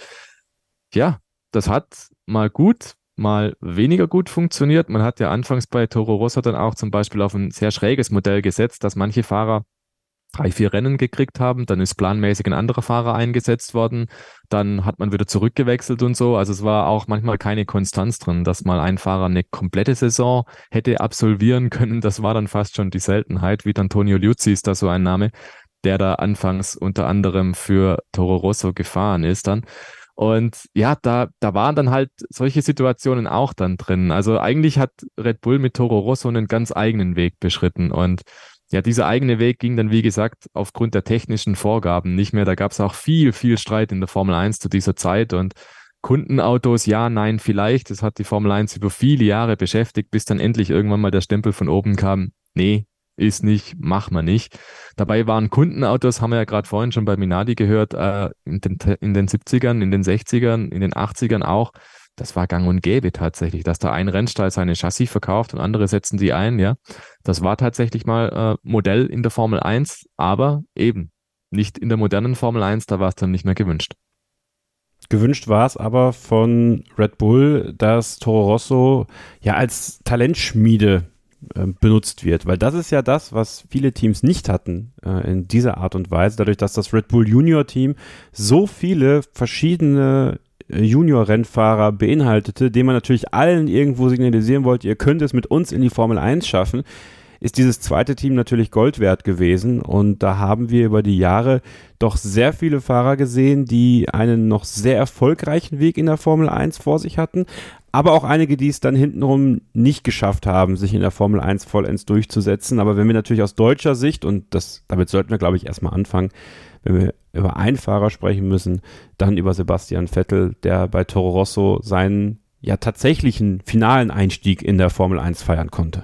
ja, das hat mal gut, mal weniger gut funktioniert. Man hat ja anfangs bei Toro Rosso dann auch zum Beispiel auf ein sehr schräges Modell gesetzt, dass manche Fahrer 3, 4 Rennen gekriegt haben, dann ist planmäßig ein anderer Fahrer eingesetzt worden, dann hat man wieder zurückgewechselt und so. Also es war auch manchmal keine Konstanz drin, dass mal ein Fahrer eine komplette Saison hätte absolvieren können. Das war dann fast schon die Seltenheit, wie Antonio Liuzzi ist da so ein Name, der da anfangs unter anderem für Toro Rosso gefahren ist dann. Und ja, da waren dann halt solche Situationen auch dann drin. Also eigentlich hat Red Bull mit Toro Rosso einen ganz eigenen Weg beschritten und ja, dieser eigene Weg ging dann, wie gesagt, aufgrund der technischen Vorgaben nicht mehr. Da gab es auch viel, viel Streit in der Formel 1 zu dieser Zeit und Kundenautos, ja, nein, vielleicht. Das hat die Formel 1 über viele Jahre beschäftigt, bis dann endlich irgendwann mal der Stempel von oben kam. Nee, ist nicht, mach mal nicht. Dabei waren Kundenautos, haben wir ja gerade vorhin schon bei Minardi gehört, in den 70ern, in den 60ern, in den 80ern auch. Das war gang und gäbe tatsächlich, dass da ein Rennstall seine Chassis verkauft und andere setzen die ein, ja. Das war tatsächlich mal Modell in der Formel 1, aber eben nicht in der modernen Formel 1, da war es dann nicht mehr gewünscht. Gewünscht war es aber von Red Bull, dass Toro Rosso ja als Talentschmiede benutzt wird, weil das ist ja das, was viele Teams nicht hatten in dieser Art und Weise, dadurch, dass das Red Bull Junior Team so viele verschiedene Junior-Rennfahrer beinhaltete, dem man natürlich allen irgendwo signalisieren wollte, ihr könnt es mit uns in die Formel 1 schaffen, ist dieses zweite Team natürlich Gold wert gewesen und da haben wir über die Jahre doch sehr viele Fahrer gesehen, die einen noch sehr erfolgreichen Weg in der Formel 1 vor sich hatten, aber auch einige, die es dann hintenrum nicht geschafft haben, sich in der Formel 1 vollends durchzusetzen. Aber wenn wir natürlich aus deutscher Sicht, und damit sollten wir, glaube ich, erstmal anfangen, wenn wir über einen Fahrer sprechen müssen, dann über Sebastian Vettel, der bei Toro Rosso seinen ja tatsächlichen finalen Einstieg in der Formel 1 feiern konnte.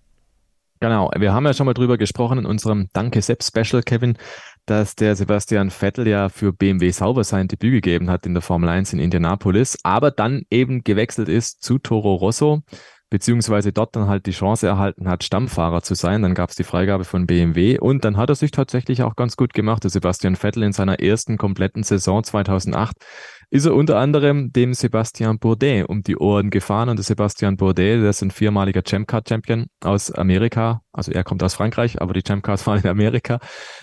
Genau, wir haben ja schon mal drüber gesprochen in unserem Danke Sepp Special, Kevin, dass der Sebastian Vettel ja für BMW Sauber sein Debüt gegeben hat in der Formel 1 in Indianapolis, aber dann eben gewechselt ist zu Toro Rosso, beziehungsweise dort dann halt die Chance erhalten hat, Stammfahrer zu sein. Dann gab es die Freigabe von BMW und dann hat er sich tatsächlich auch ganz gut gemacht. Der Sebastian Vettel in seiner ersten kompletten Saison 2008 ist er unter anderem dem Sebastian Bourdais um die Ohren gefahren. Und der Sebastian Bourdais, der ist ein 4-maliger Champ Car Champion aus Amerika. Also er kommt aus Frankreich, aber die Champ Cars waren in Amerika.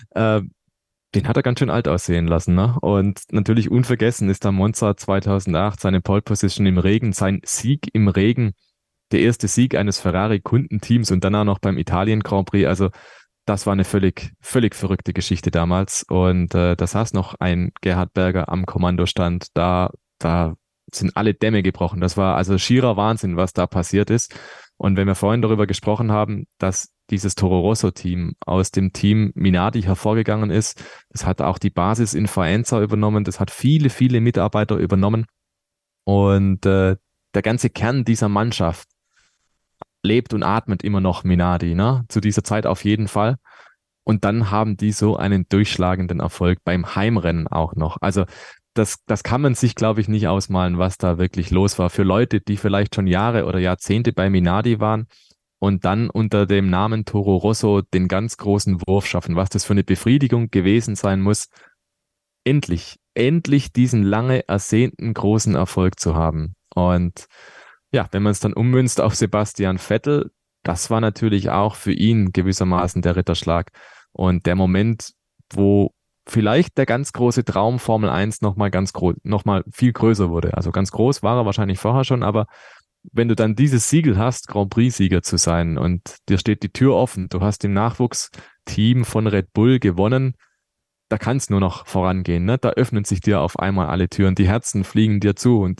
Den hat er ganz schön alt aussehen lassen, ne? Und natürlich unvergessen ist da Monza 2008, seine Pole Position im Regen, sein Sieg im Regen, der erste Sieg eines Ferrari-Kundenteams und dann auch noch beim Italien Grand Prix. Also das war eine völlig verrückte Geschichte damals. Und da saß noch ein Gerhard Berger am Kommandostand. Da sind alle Dämme gebrochen. Das war also schierer Wahnsinn, was da passiert ist. Und wenn wir vorhin darüber gesprochen haben, dass dieses Toro Rosso-Team aus dem Team Minardi hervorgegangen ist, das hat auch die Basis in Faenza übernommen, das hat viele, viele Mitarbeiter übernommen. Und der ganze Kern dieser Mannschaft lebt und atmet immer noch Minardi, ne? Zu dieser Zeit auf jeden Fall. Und dann haben die so einen durchschlagenden Erfolg beim Heimrennen auch noch. Also das kann man sich, glaube ich, nicht ausmalen, was da wirklich los war. Für Leute, die vielleicht schon Jahre oder Jahrzehnte bei Minardi waren und dann unter dem Namen Toro Rosso den ganz großen Wurf schaffen, was das für eine Befriedigung gewesen sein muss, endlich diesen lange ersehnten großen Erfolg zu haben. Und ja, wenn man es dann ummünzt auf Sebastian Vettel, das war natürlich auch für ihn gewissermaßen der Ritterschlag. Und der Moment, wo vielleicht der ganz große Traum Formel 1 nochmal viel größer wurde. Also ganz groß war er wahrscheinlich vorher schon, aber wenn du dann dieses Siegel hast, Grand Prix-Sieger zu sein und dir steht die Tür offen, du hast im Nachwuchsteam von Red Bull gewonnen, da kann es nur noch vorangehen, ne? Da öffnen sich dir auf einmal alle Türen, die Herzen fliegen dir zu und ich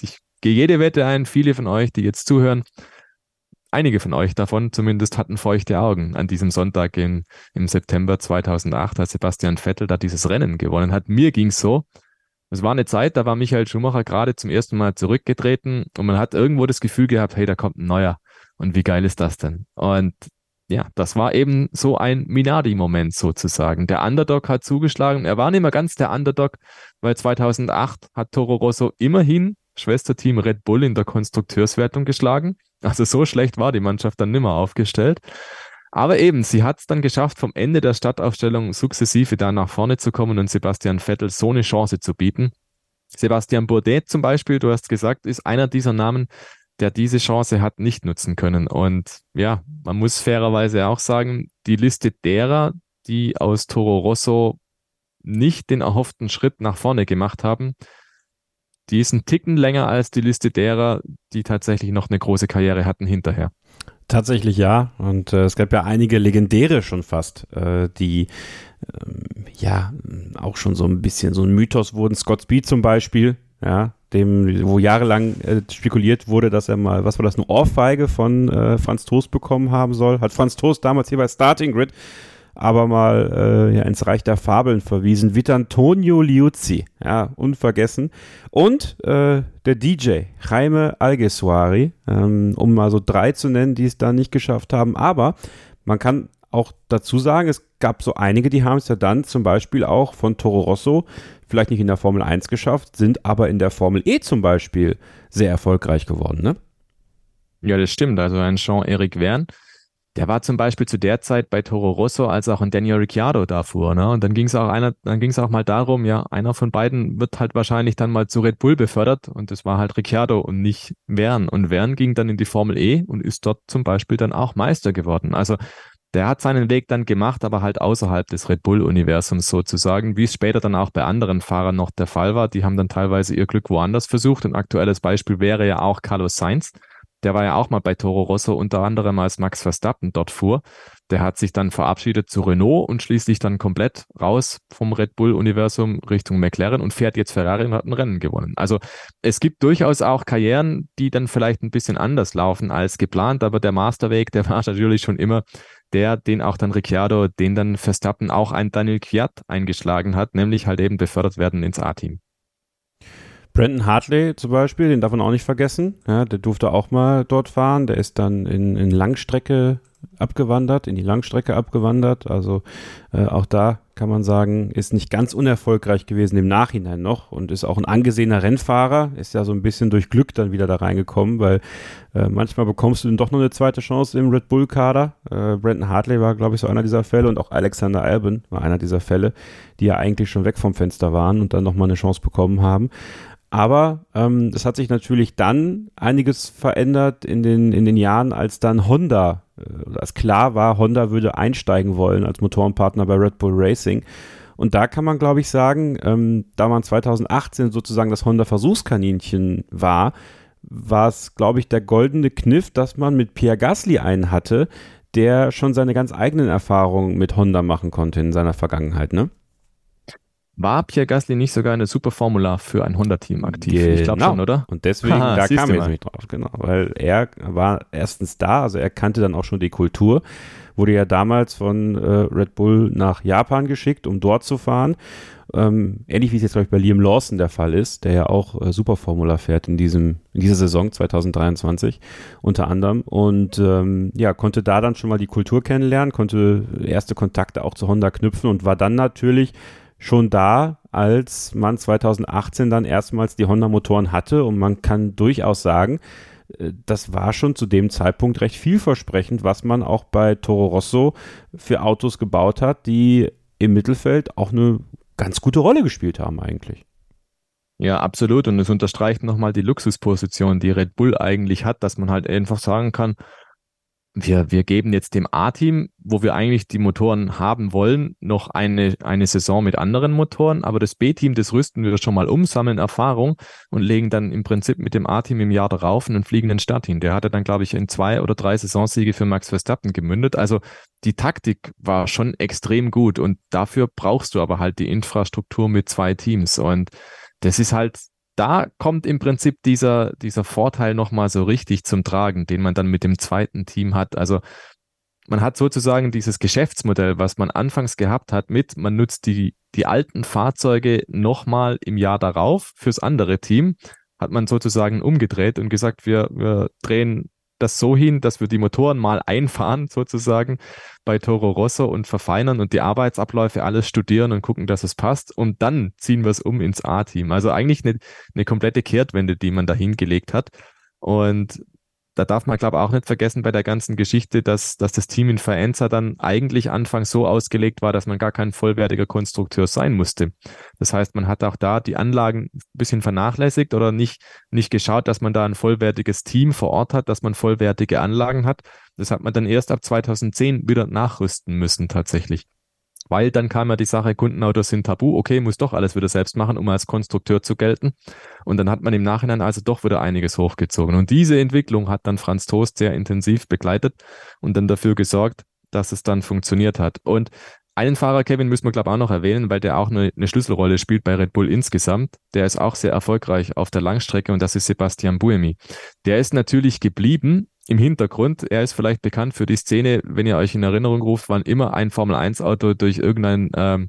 gehe jede Wette ein, viele von euch, die jetzt zuhören, einige von euch davon zumindest hatten feuchte Augen an diesem Sonntag im September 2008, als Sebastian Vettel da dieses Rennen gewonnen hat. Mir ging's so. Es war eine Zeit, da war Michael Schumacher gerade zum ersten Mal zurückgetreten und man hat irgendwo das Gefühl gehabt, hey, da kommt ein neuer. Und wie geil ist das denn? Und ja, das war eben so ein Minardi-Moment sozusagen. Der Underdog hat zugeschlagen. Er war nicht mehr ganz der Underdog, weil 2008 hat Toro Rosso immerhin Schwesterteam Red Bull in der Konstrukteurswertung geschlagen. Also so schlecht war die Mannschaft dann nimmer aufgestellt. Aber eben, sie hat es dann geschafft, vom Ende der Startaufstellung sukzessive da nach vorne zu kommen und Sebastian Vettel so eine Chance zu bieten. Sebastian Bourdais zum Beispiel, du hast gesagt, ist einer dieser Namen, der diese Chance hat nicht nutzen können. Und ja, man muss fairerweise auch sagen, die Liste derer, die aus Toro Rosso nicht den erhofften Schritt nach vorne gemacht haben, die ist ein Ticken länger als die Liste derer, die tatsächlich noch eine große Karriere hatten hinterher. Tatsächlich ja. Und es gab ja einige legendäre schon fast, die ja auch schon so ein bisschen so ein Mythos wurden. Scott Speed zum Beispiel, ja, wo jahrelang spekuliert wurde, dass er mal, was war das, eine Ohrfeige von Franz Tost bekommen haben soll. Hat Franz Tost damals hier bei Starting Grid aber mal ins Reich der Fabeln verwiesen. Vitantonio Liuzzi, ja, unvergessen. Und der DJ, Jaime Alguersuari, um mal so 3 zu nennen, die es da nicht geschafft haben. Aber man kann auch dazu sagen, es gab so einige, die haben es ja dann zum Beispiel auch von Toro Rosso vielleicht nicht in der Formel 1 geschafft, sind aber in der Formel E zum Beispiel sehr erfolgreich geworden, ne? Ja, das stimmt. Also ein Jean-Éric Vergne, der war zum Beispiel zu der Zeit bei Toro Rosso, als auch ein Daniel Ricciardo da fuhr, ne? Und dann ging es auch mal darum, ja, einer von beiden wird halt wahrscheinlich dann mal zu Red Bull befördert und das war halt Ricciardo und nicht Vergne. Und Vergne ging dann in die Formel E und ist dort zum Beispiel dann auch Meister geworden. Also der hat seinen Weg dann gemacht, aber halt außerhalb des Red Bull-Universums sozusagen, wie es später dann auch bei anderen Fahrern noch der Fall war. Die haben dann teilweise ihr Glück woanders versucht. Ein aktuelles Beispiel wäre ja auch Carlos Sainz. Der war ja auch mal bei Toro Rosso, unter anderem als Max Verstappen dort fuhr. Der hat sich dann verabschiedet zu Renault und schließlich dann komplett raus vom Red Bull-Universum Richtung McLaren und fährt jetzt Ferrari und hat ein Rennen gewonnen. Also es gibt durchaus auch Karrieren, die dann vielleicht ein bisschen anders laufen als geplant, aber der Masterweg, der war natürlich schon immer den auch dann Ricciardo, den dann Verstappen auch ein Daniel Kvyat eingeschlagen hat, nämlich halt eben befördert werden ins A-Team. Brandon Hartley zum Beispiel, den darf man auch nicht vergessen. Ja, der durfte auch mal dort fahren. Der ist dann in die Langstrecke abgewandert. Also auch da kann man sagen, ist nicht ganz unerfolgreich gewesen im Nachhinein noch und ist auch ein angesehener Rennfahrer. Ist ja so ein bisschen durch Glück dann wieder da reingekommen, weil manchmal bekommst du dann doch noch eine zweite Chance im Red Bull-Kader. Brandon Hartley war, glaube ich, so einer dieser Fälle und auch Alexander Albon war einer dieser Fälle, die ja eigentlich schon weg vom Fenster waren und dann nochmal eine Chance bekommen haben. Aber es hat sich natürlich dann einiges verändert in den Jahren, als dann Honda, als klar war, Honda würde einsteigen wollen als Motorenpartner bei Red Bull Racing. Und da kann man, glaube ich, sagen, da man 2018 sozusagen das Honda-Versuchskaninchen war es, glaube ich, der goldene Kniff, dass man mit Pierre Gasly einen hatte, der schon seine ganz eigenen Erfahrungen mit Honda machen konnte in seiner Vergangenheit, ne? War Pierre Gasly nicht sogar in der Superformula für ein Honda-Team aktiv? Genau. Ich glaube schon, oder? Und deswegen, da kam er jetzt nicht drauf, genau. Weil er war erstens da, also er kannte dann auch schon die Kultur, wurde ja damals von Red Bull nach Japan geschickt, um dort zu fahren. Ähnlich wie es jetzt, glaube ich, bei Liam Lawson der Fall ist, der ja auch Superformula fährt in dieser Saison 2023 unter anderem und konnte da dann schon mal die Kultur kennenlernen, konnte erste Kontakte auch zu Honda knüpfen und war dann natürlich schon da, als man 2018 dann erstmals die Honda-Motoren hatte und man kann durchaus sagen, das war schon zu dem Zeitpunkt recht vielversprechend, was man auch bei Toro Rosso für Autos gebaut hat, die im Mittelfeld auch eine ganz gute Rolle gespielt haben eigentlich. Ja, absolut und es unterstreicht nochmal die Luxusposition, die Red Bull eigentlich hat, dass man halt einfach sagen kann, wir geben jetzt dem A-Team, wo wir eigentlich die Motoren haben wollen, noch eine Saison mit anderen Motoren, aber das B-Team, das rüsten wir schon mal um, sammeln Erfahrung und legen dann im Prinzip mit dem A-Team im Jahr darauf einen fliegenden Start hin. Der hatte dann, glaube ich, in 2 oder 3 Saisonsiege für Max Verstappen gemündet. Also die Taktik war schon extrem gut und dafür brauchst du aber halt die Infrastruktur mit 2 Teams und das ist halt da kommt im Prinzip dieser Vorteil nochmal so richtig zum Tragen, den man dann mit dem zweiten Team hat. Also man hat sozusagen dieses Geschäftsmodell, was man anfangs gehabt hat man nutzt die alten Fahrzeuge nochmal im Jahr darauf fürs andere Team, hat man sozusagen umgedreht und gesagt, wir drehen das so hin, dass wir die Motoren mal einfahren sozusagen bei Toro Rosso und verfeinern und die Arbeitsabläufe alles studieren und gucken, dass es passt und dann ziehen wir es um ins A-Team. Also eigentlich eine komplette Kehrtwende, die man da hingelegt hat. Und da darf man, glaube ich, auch nicht vergessen bei der ganzen Geschichte, dass das Team in Faenza dann eigentlich anfangs so ausgelegt war, dass man gar kein vollwertiger Konstrukteur sein musste. Das heißt, man hat auch da die Anlagen ein bisschen vernachlässigt oder nicht geschaut, dass man da ein vollwertiges Team vor Ort hat, dass man vollwertige Anlagen hat. Das hat man dann erst ab 2010 wieder nachrüsten müssen tatsächlich. Weil dann kam ja die Sache, Kundenautos sind tabu, okay, muss doch alles wieder selbst machen, um als Konstrukteur zu gelten. Und dann hat man im Nachhinein also doch wieder einiges hochgezogen. Und diese Entwicklung hat dann Franz Tost sehr intensiv begleitet und dann dafür gesorgt, dass es dann funktioniert hat. Und einen Fahrer, Kevin, müssen wir, glaube ich, auch noch erwähnen, weil der auch eine Schlüsselrolle spielt bei Red Bull insgesamt. Der ist auch sehr erfolgreich auf der Langstrecke und das ist Sebastian Buemi. Der ist natürlich geblieben im Hintergrund. Er ist vielleicht bekannt für die Szene, wenn ihr euch in Erinnerung ruft, wann immer ein Formel-1-Auto durch irgendein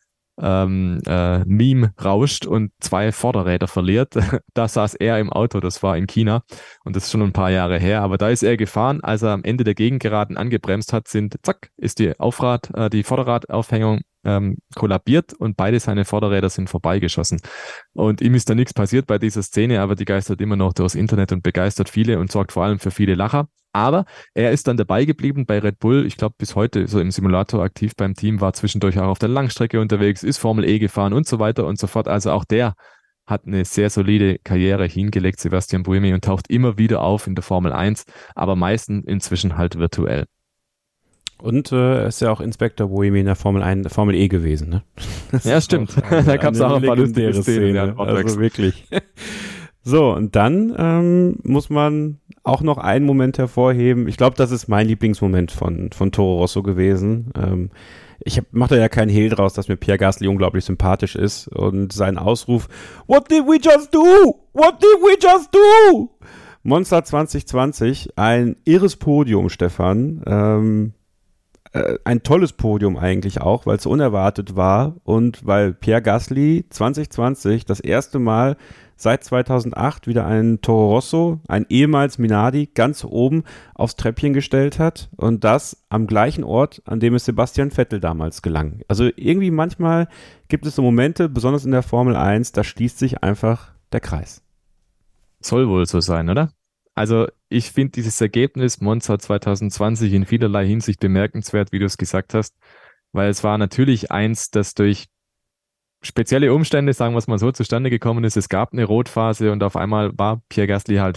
Meme rauscht und 2 Vorderräder verliert. Da saß er im Auto, das war in China und das ist schon ein paar Jahre her, aber da ist er gefahren, als er am Ende der Gegengeraden angebremst hat, ist die Vorderradaufhängung kollabiert und beide seine Vorderräder sind vorbeigeschossen. Und ihm ist da nichts passiert bei dieser Szene, aber die geistert immer noch durchs Internet und begeistert viele und sorgt vor allem für viele Lacher. Aber er ist dann dabei geblieben bei Red Bull, ich glaube bis heute so im Simulator aktiv beim Team, war zwischendurch auch auf der Langstrecke unterwegs, ist Formel E gefahren und so weiter und so fort. Also auch der hat eine sehr solide Karriere hingelegt, Sebastian Buemi, und taucht immer wieder auf in der Formel 1, aber meistens inzwischen halt virtuell. Und ist ja auch Inspektor Buemi in der Formel E gewesen, ne? Ja, stimmt. Da gab es auch ein paar lustige Szenen. Also wirklich. So, und dann muss man auch noch einen Moment hervorheben. Ich glaube, das ist mein Lieblingsmoment von Toro Rosso gewesen. Ich mache da ja keinen Hehl draus, dass mir Pierre Gasly unglaublich sympathisch ist und sein Ausruf, "What did we just do? What did we just do?" Monza 2020, ein irres Podium, Stefan. Ein tolles Podium eigentlich auch, weil es unerwartet war und weil Pierre Gasly 2020 das erste Mal seit 2008 wieder einen Toro Rosso, ein ehemals Minardi, ganz oben aufs Treppchen gestellt hat und das am gleichen Ort, an dem es Sebastian Vettel damals gelang. Also irgendwie manchmal gibt es so Momente, besonders in der Formel 1, da schließt sich einfach der Kreis. Soll wohl so sein, oder? Also ich finde dieses Ergebnis Monza 2020 in vielerlei Hinsicht bemerkenswert, wie du es gesagt hast, weil es war natürlich eins, das durch spezielle Umstände, sagen wir es mal so, zustande gekommen ist. Es gab eine Rotphase und auf einmal war Pierre Gasly halt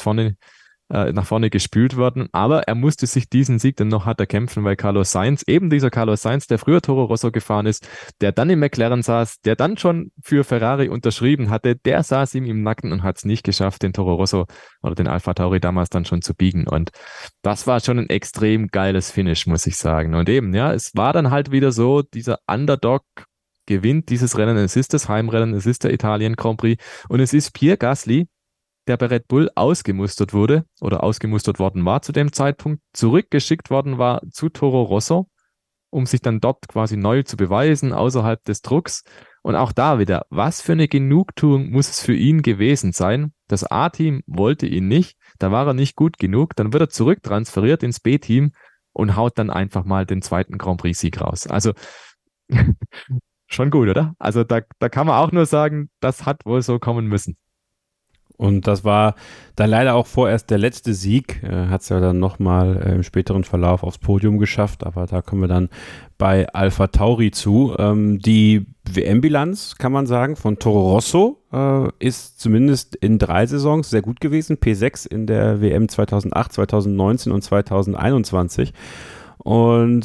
nach vorne gespült worden, aber er musste sich diesen Sieg dann noch hart erkämpfen, weil Carlos Sainz, der früher Toro Rosso gefahren ist, der dann im McLaren saß, der dann schon für Ferrari unterschrieben hatte, der saß ihm im Nacken und hat es nicht geschafft, den Toro Rosso oder den AlphaTauri damals dann schon zu biegen, und das war schon ein extrem geiles Finish, muss ich sagen. Und eben, ja, es war dann halt wieder so, dieser Underdog gewinnt dieses Rennen, es ist das Heimrennen, es ist der Italien Grand Prix und es ist Pierre Gasly, der bei Red Bull ausgemustert wurde oder ausgemustert worden war zu dem Zeitpunkt, zurückgeschickt worden war zu Toro Rosso, um sich dann dort quasi neu zu beweisen, außerhalb des Drucks. Und auch da wieder, was für eine Genugtuung muss es für ihn gewesen sein? Das A-Team wollte ihn nicht, da war er nicht gut genug, dann wird er zurücktransferiert ins B-Team und haut dann einfach mal den zweiten Grand Prix-Sieg raus. Also schon gut, oder? Also da kann man auch nur sagen, das hat wohl so kommen müssen. Und das war dann leider auch vorerst der letzte Sieg, hat es ja dann nochmal im späteren Verlauf aufs Podium geschafft, aber da kommen wir dann bei AlphaTauri zu. Die WM-Bilanz, kann man sagen, von Toro Rosso ist zumindest in 3 Saisons sehr gut gewesen, P6 in der WM 2008, 2019 und 2021. Und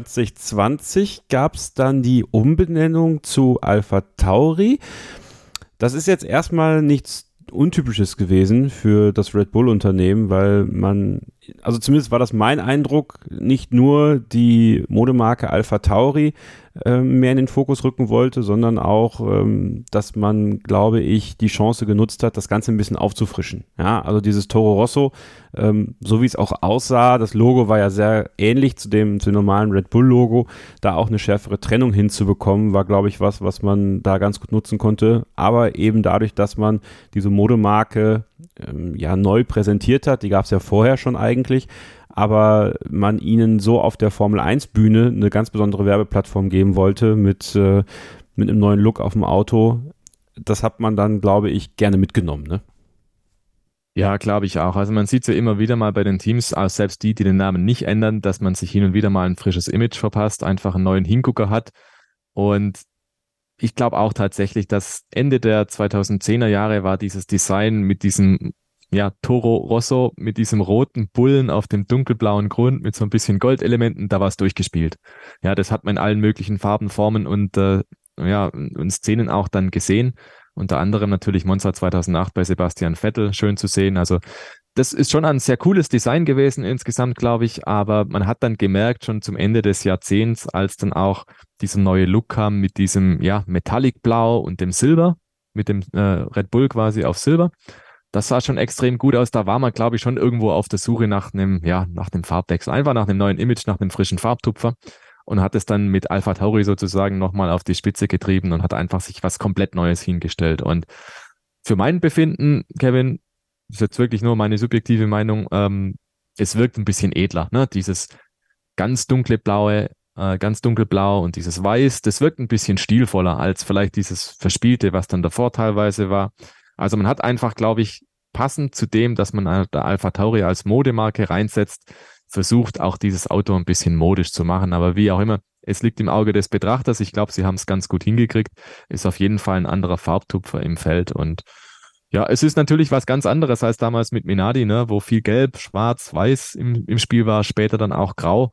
2020 gab es dann die Umbenennung zu AlphaTauri. Das ist jetzt erstmal nichts Untypisches gewesen für das Red Bull-Unternehmen, weil man also zumindest war das mein Eindruck, nicht nur die Modemarke AlphaTauri mehr in den Fokus rücken wollte, sondern auch, dass man, glaube ich, die Chance genutzt hat, das Ganze ein bisschen aufzufrischen. Ja, also dieses Toro Rosso, so wie es auch aussah, das Logo war ja sehr ähnlich zu dem normalen Red Bull Logo, da auch eine schärfere Trennung hinzubekommen, war, glaube ich, was man da ganz gut nutzen konnte, aber eben dadurch, dass man diese Modemarke neu präsentiert hat, die gab es ja vorher schon eigentlich, aber man ihnen so auf der Formel 1 Bühne eine ganz besondere Werbeplattform geben wollte mit einem neuen Look auf dem Auto. Das hat man dann, glaube ich, gerne mitgenommen, ne? Ja, glaube ich auch. Also man sieht es ja immer wieder mal bei den Teams, auch selbst die den Namen nicht ändern, dass man sich hin und wieder mal ein frisches Image verpasst, einfach einen neuen Hingucker hat. Und ich glaube auch tatsächlich, dass Ende der 2010er Jahre war dieses Design mit diesem Toro Rosso, mit diesem roten Bullen auf dem dunkelblauen Grund mit so ein bisschen Goldelementen, da war es durchgespielt. Ja, das hat man in allen möglichen Farben, Formen und Szenen auch dann gesehen. Unter anderem natürlich Monza 2008 bei Sebastian Vettel, schön zu sehen. Also das ist schon ein sehr cooles Design gewesen insgesamt, glaube ich, aber man hat dann gemerkt, schon zum Ende des Jahrzehnts, als dann auch dieser neue Look kam mit diesem Metallic Blau und dem Silber, mit dem Red Bull quasi auf Silber. Das sah schon extrem gut aus. Da war man, glaube ich, schon irgendwo auf der Suche nach einem Farbwechsel. Einfach nach einem neuen Image, nach einem frischen Farbtupfer und hat es dann mit AlphaTauri sozusagen nochmal auf die Spitze getrieben und hat einfach sich was komplett Neues hingestellt. Und für mein Befinden, Kevin, das ist jetzt wirklich nur meine subjektive Meinung, es wirkt ein bisschen edler, ne? Dieses ganz ganz dunkelblau und dieses Weiß, das wirkt ein bisschen stilvoller als vielleicht dieses Verspielte, was dann davor teilweise war. Also man hat einfach, glaube ich, passend zu dem, dass man der AlphaTauri als Modemarke reinsetzt, versucht auch dieses Auto ein bisschen modisch zu machen. Aber wie auch immer, es liegt im Auge des Betrachters. Ich glaube, sie haben es ganz gut hingekriegt. Ist auf jeden Fall ein anderer Farbtupfer im Feld. Und ja, es ist natürlich was ganz anderes als damals mit Minardi, ne, wo viel Gelb, Schwarz, Weiß im Spiel war, später dann auch Grau.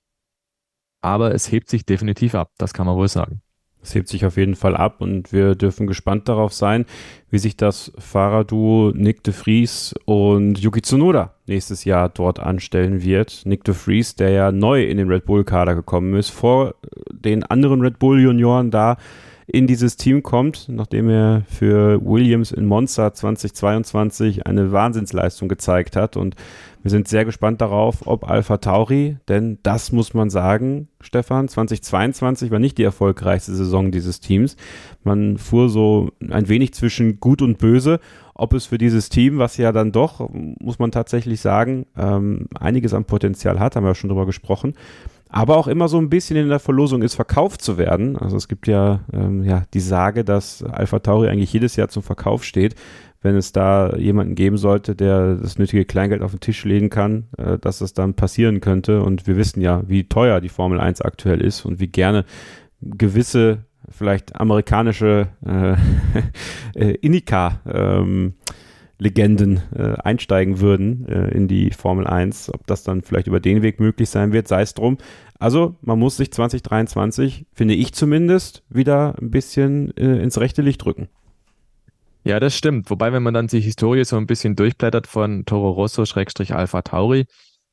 Aber es hebt sich definitiv ab, das kann man wohl sagen. Es hebt sich auf jeden Fall ab und wir dürfen gespannt darauf sein, wie sich das Fahrerduo Nyck de Vries und Yuki Tsunoda nächstes Jahr dort anstellen wird. Nyck de Vries, der ja neu in den Red Bull-Kader gekommen ist, vor den anderen Red Bull-Junioren da in dieses Team kommt, nachdem er für Williams in Monza 2022 eine Wahnsinnsleistung gezeigt hat. Und wir sind sehr gespannt darauf, ob AlphaTauri, denn das muss man sagen, Stefan, 2022 war nicht die erfolgreichste Saison dieses Teams. Man fuhr so ein wenig zwischen gut und böse, ob es für dieses Team, was ja dann doch, muss man tatsächlich sagen, einiges an Potenzial hat, haben wir ja schon drüber gesprochen, aber auch immer so ein bisschen in der Verlosung ist, verkauft zu werden. Also es gibt ja die Sage, dass AlphaTauri eigentlich jedes Jahr zum Verkauf steht, wenn es da jemanden geben sollte, der das nötige Kleingeld auf den Tisch legen kann, dass das dann passieren könnte. Und wir wissen ja, wie teuer die Formel 1 aktuell ist und wie gerne gewisse, vielleicht amerikanische Legenden einsteigen würden in die Formel 1. Ob das dann vielleicht über den Weg möglich sein wird, sei es drum. Also man muss sich 2023, finde ich zumindest, wieder ein bisschen ins rechte Licht rücken. Ja, das stimmt. Wobei, wenn man dann die Historie so ein bisschen durchblättert von Toro Rosso / AlphaTauri,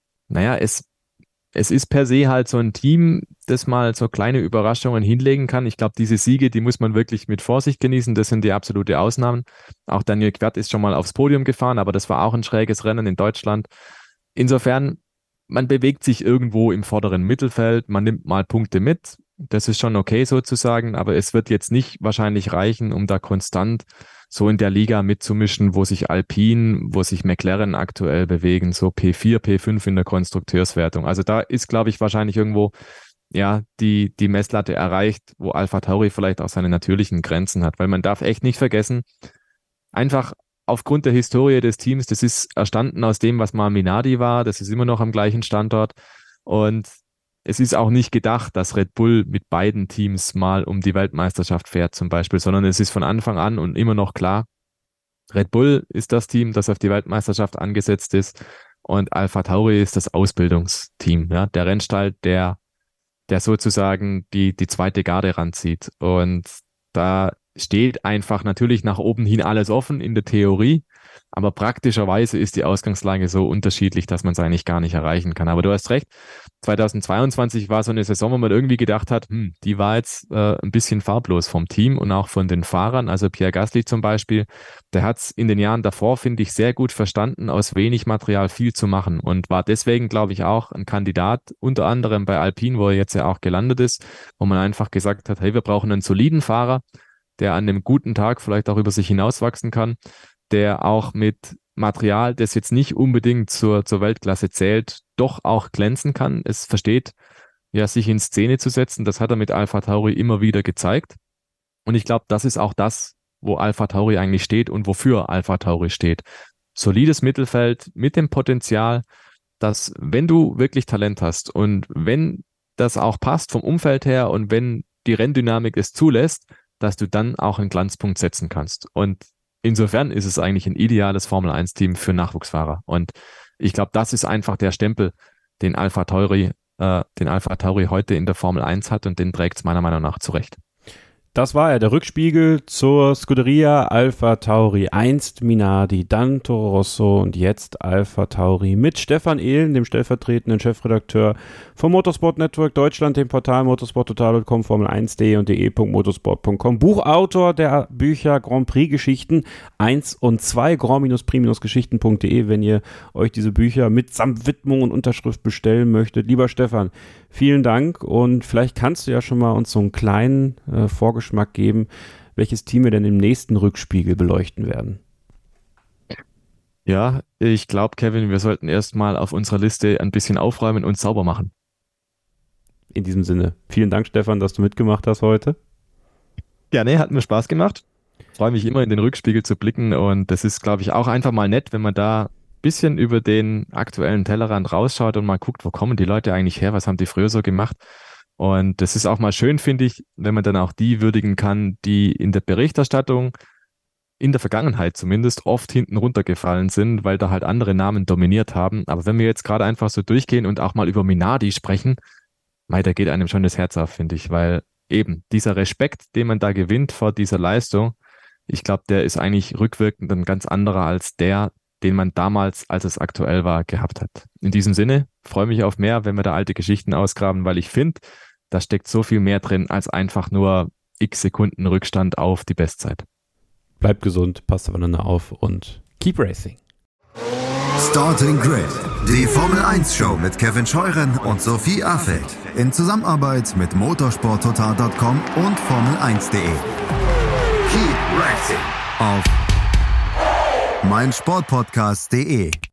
es ist per se halt so ein Team, das mal so kleine Überraschungen hinlegen kann. Ich glaube, diese Siege, die muss man wirklich mit Vorsicht genießen. Das sind die absolute Ausnahmen. Auch Daniel Kvyat ist schon mal aufs Podium gefahren, aber das war auch ein schräges Rennen in Deutschland. Insofern, man bewegt sich irgendwo im vorderen Mittelfeld, man nimmt mal Punkte mit. Das ist schon okay sozusagen, aber es wird jetzt nicht wahrscheinlich reichen, um da konstant so in der Liga mitzumischen, wo sich Alpine, wo sich McLaren aktuell bewegen, so P4, P5 in der Konstrukteurswertung. Also da ist, glaube ich, wahrscheinlich irgendwo die Messlatte erreicht, wo AlphaTauri vielleicht auch seine natürlichen Grenzen hat, weil man darf echt nicht vergessen, einfach aufgrund der Historie des Teams, das ist erstanden aus dem, was mal Minardi war, das ist immer noch am gleichen Standort und es ist auch nicht gedacht, dass Red Bull mit beiden Teams mal um die Weltmeisterschaft fährt zum Beispiel, sondern es ist von Anfang an und immer noch klar, Red Bull ist das Team, das auf die Weltmeisterschaft angesetzt ist und AlphaTauri ist das Ausbildungsteam, ja, der Rennstall, der sozusagen die zweite Garde ranzieht und da steht einfach natürlich nach oben hin alles offen in der Theorie, Aber praktischerweise ist die Ausgangslage so unterschiedlich, dass man es eigentlich gar nicht erreichen kann. Aber du hast recht, 2022 war so eine Saison, wo man irgendwie gedacht hat, die war jetzt ein bisschen farblos vom Team und auch von den Fahrern. Also Pierre Gasly zum Beispiel, der hat es in den Jahren davor, finde ich, sehr gut verstanden, aus wenig Material viel zu machen und war deswegen, glaube ich, auch ein Kandidat, unter anderem bei Alpine, wo er jetzt ja auch gelandet ist, wo man einfach gesagt hat, hey, wir brauchen einen soliden Fahrer, der an einem guten Tag vielleicht auch über sich hinauswachsen kann, der auch mit Material, das jetzt nicht unbedingt zur Weltklasse zählt, doch auch glänzen kann. Es versteht, ja, sich in Szene zu setzen. Das hat er mit AlphaTauri immer wieder gezeigt. Und ich glaube, das ist auch das, wo AlphaTauri eigentlich steht und wofür AlphaTauri steht. Solides Mittelfeld mit dem Potenzial, dass wenn du wirklich Talent hast und wenn das auch passt vom Umfeld her und wenn die Renndynamik es zulässt, dass du dann auch einen Glanzpunkt setzen kannst. Und insofern ist es eigentlich ein ideales Formel-1-Team für Nachwuchsfahrer. Und ich glaube, das ist einfach der Stempel, den AlphaTauri heute in der Formel 1 hat und den trägt es meiner Meinung nach zurecht. Das war ja der Rückspiegel zur Scuderia AlphaTauri. Einst Minardi, dann Toro Rosso und jetzt AlphaTauri mit Stefan Ehlen, dem stellvertretenden Chefredakteur vom Motorsport Network Deutschland, dem Portal motorsporttotal.com, Formel1.de und de.motorsport.com. Buchautor der Bücher Grand Prix Geschichten 1 und 2, grand-prix-geschichten.de, wenn ihr euch diese Bücher mitsamt Widmung und Unterschrift bestellen möchtet. Lieber Stefan, vielen Dank und vielleicht kannst du ja schon mal uns so einen kleinen Vorgeschmack geben, welches Team wir denn im nächsten Rückspiegel beleuchten werden. Ja, ich glaube, Kevin, wir sollten erstmal auf unserer Liste ein bisschen aufräumen und sauber machen. In diesem Sinne, vielen Dank, Stefan, dass du mitgemacht hast heute. Gerne, hat mir Spaß gemacht. Freue mich immer in den Rückspiegel zu blicken und das ist, glaube ich, auch einfach mal nett, wenn man da ein bisschen über den aktuellen Tellerrand rausschaut und mal guckt, wo kommen die Leute eigentlich her, was haben die früher so gemacht. Und das ist auch mal schön, finde ich, wenn man dann auch die würdigen kann, die in der Berichterstattung, in der Vergangenheit zumindest, oft hinten runtergefallen sind, weil da halt andere Namen dominiert haben. Aber wenn wir jetzt gerade einfach so durchgehen und auch mal über Minardi sprechen, da geht einem schon das Herz auf, finde ich, weil eben dieser Respekt, den man da gewinnt vor dieser Leistung, ich glaube, der ist eigentlich rückwirkend ein ganz anderer als der, den man damals, als es aktuell war, gehabt hat. In diesem Sinne freue mich auf mehr, wenn wir da alte Geschichten ausgraben, weil ich finde, da steckt so viel mehr drin, als einfach nur x Sekunden Rückstand auf die Bestzeit. Bleibt gesund, passt aufeinander auf und keep racing. Starting Grid, die Formel 1 Show mit Kevin Scheuren und Sophie Affelt in Zusammenarbeit mit motorsporttotal.com und Formel1.de. Keep racing auf meinsportpodcast.de.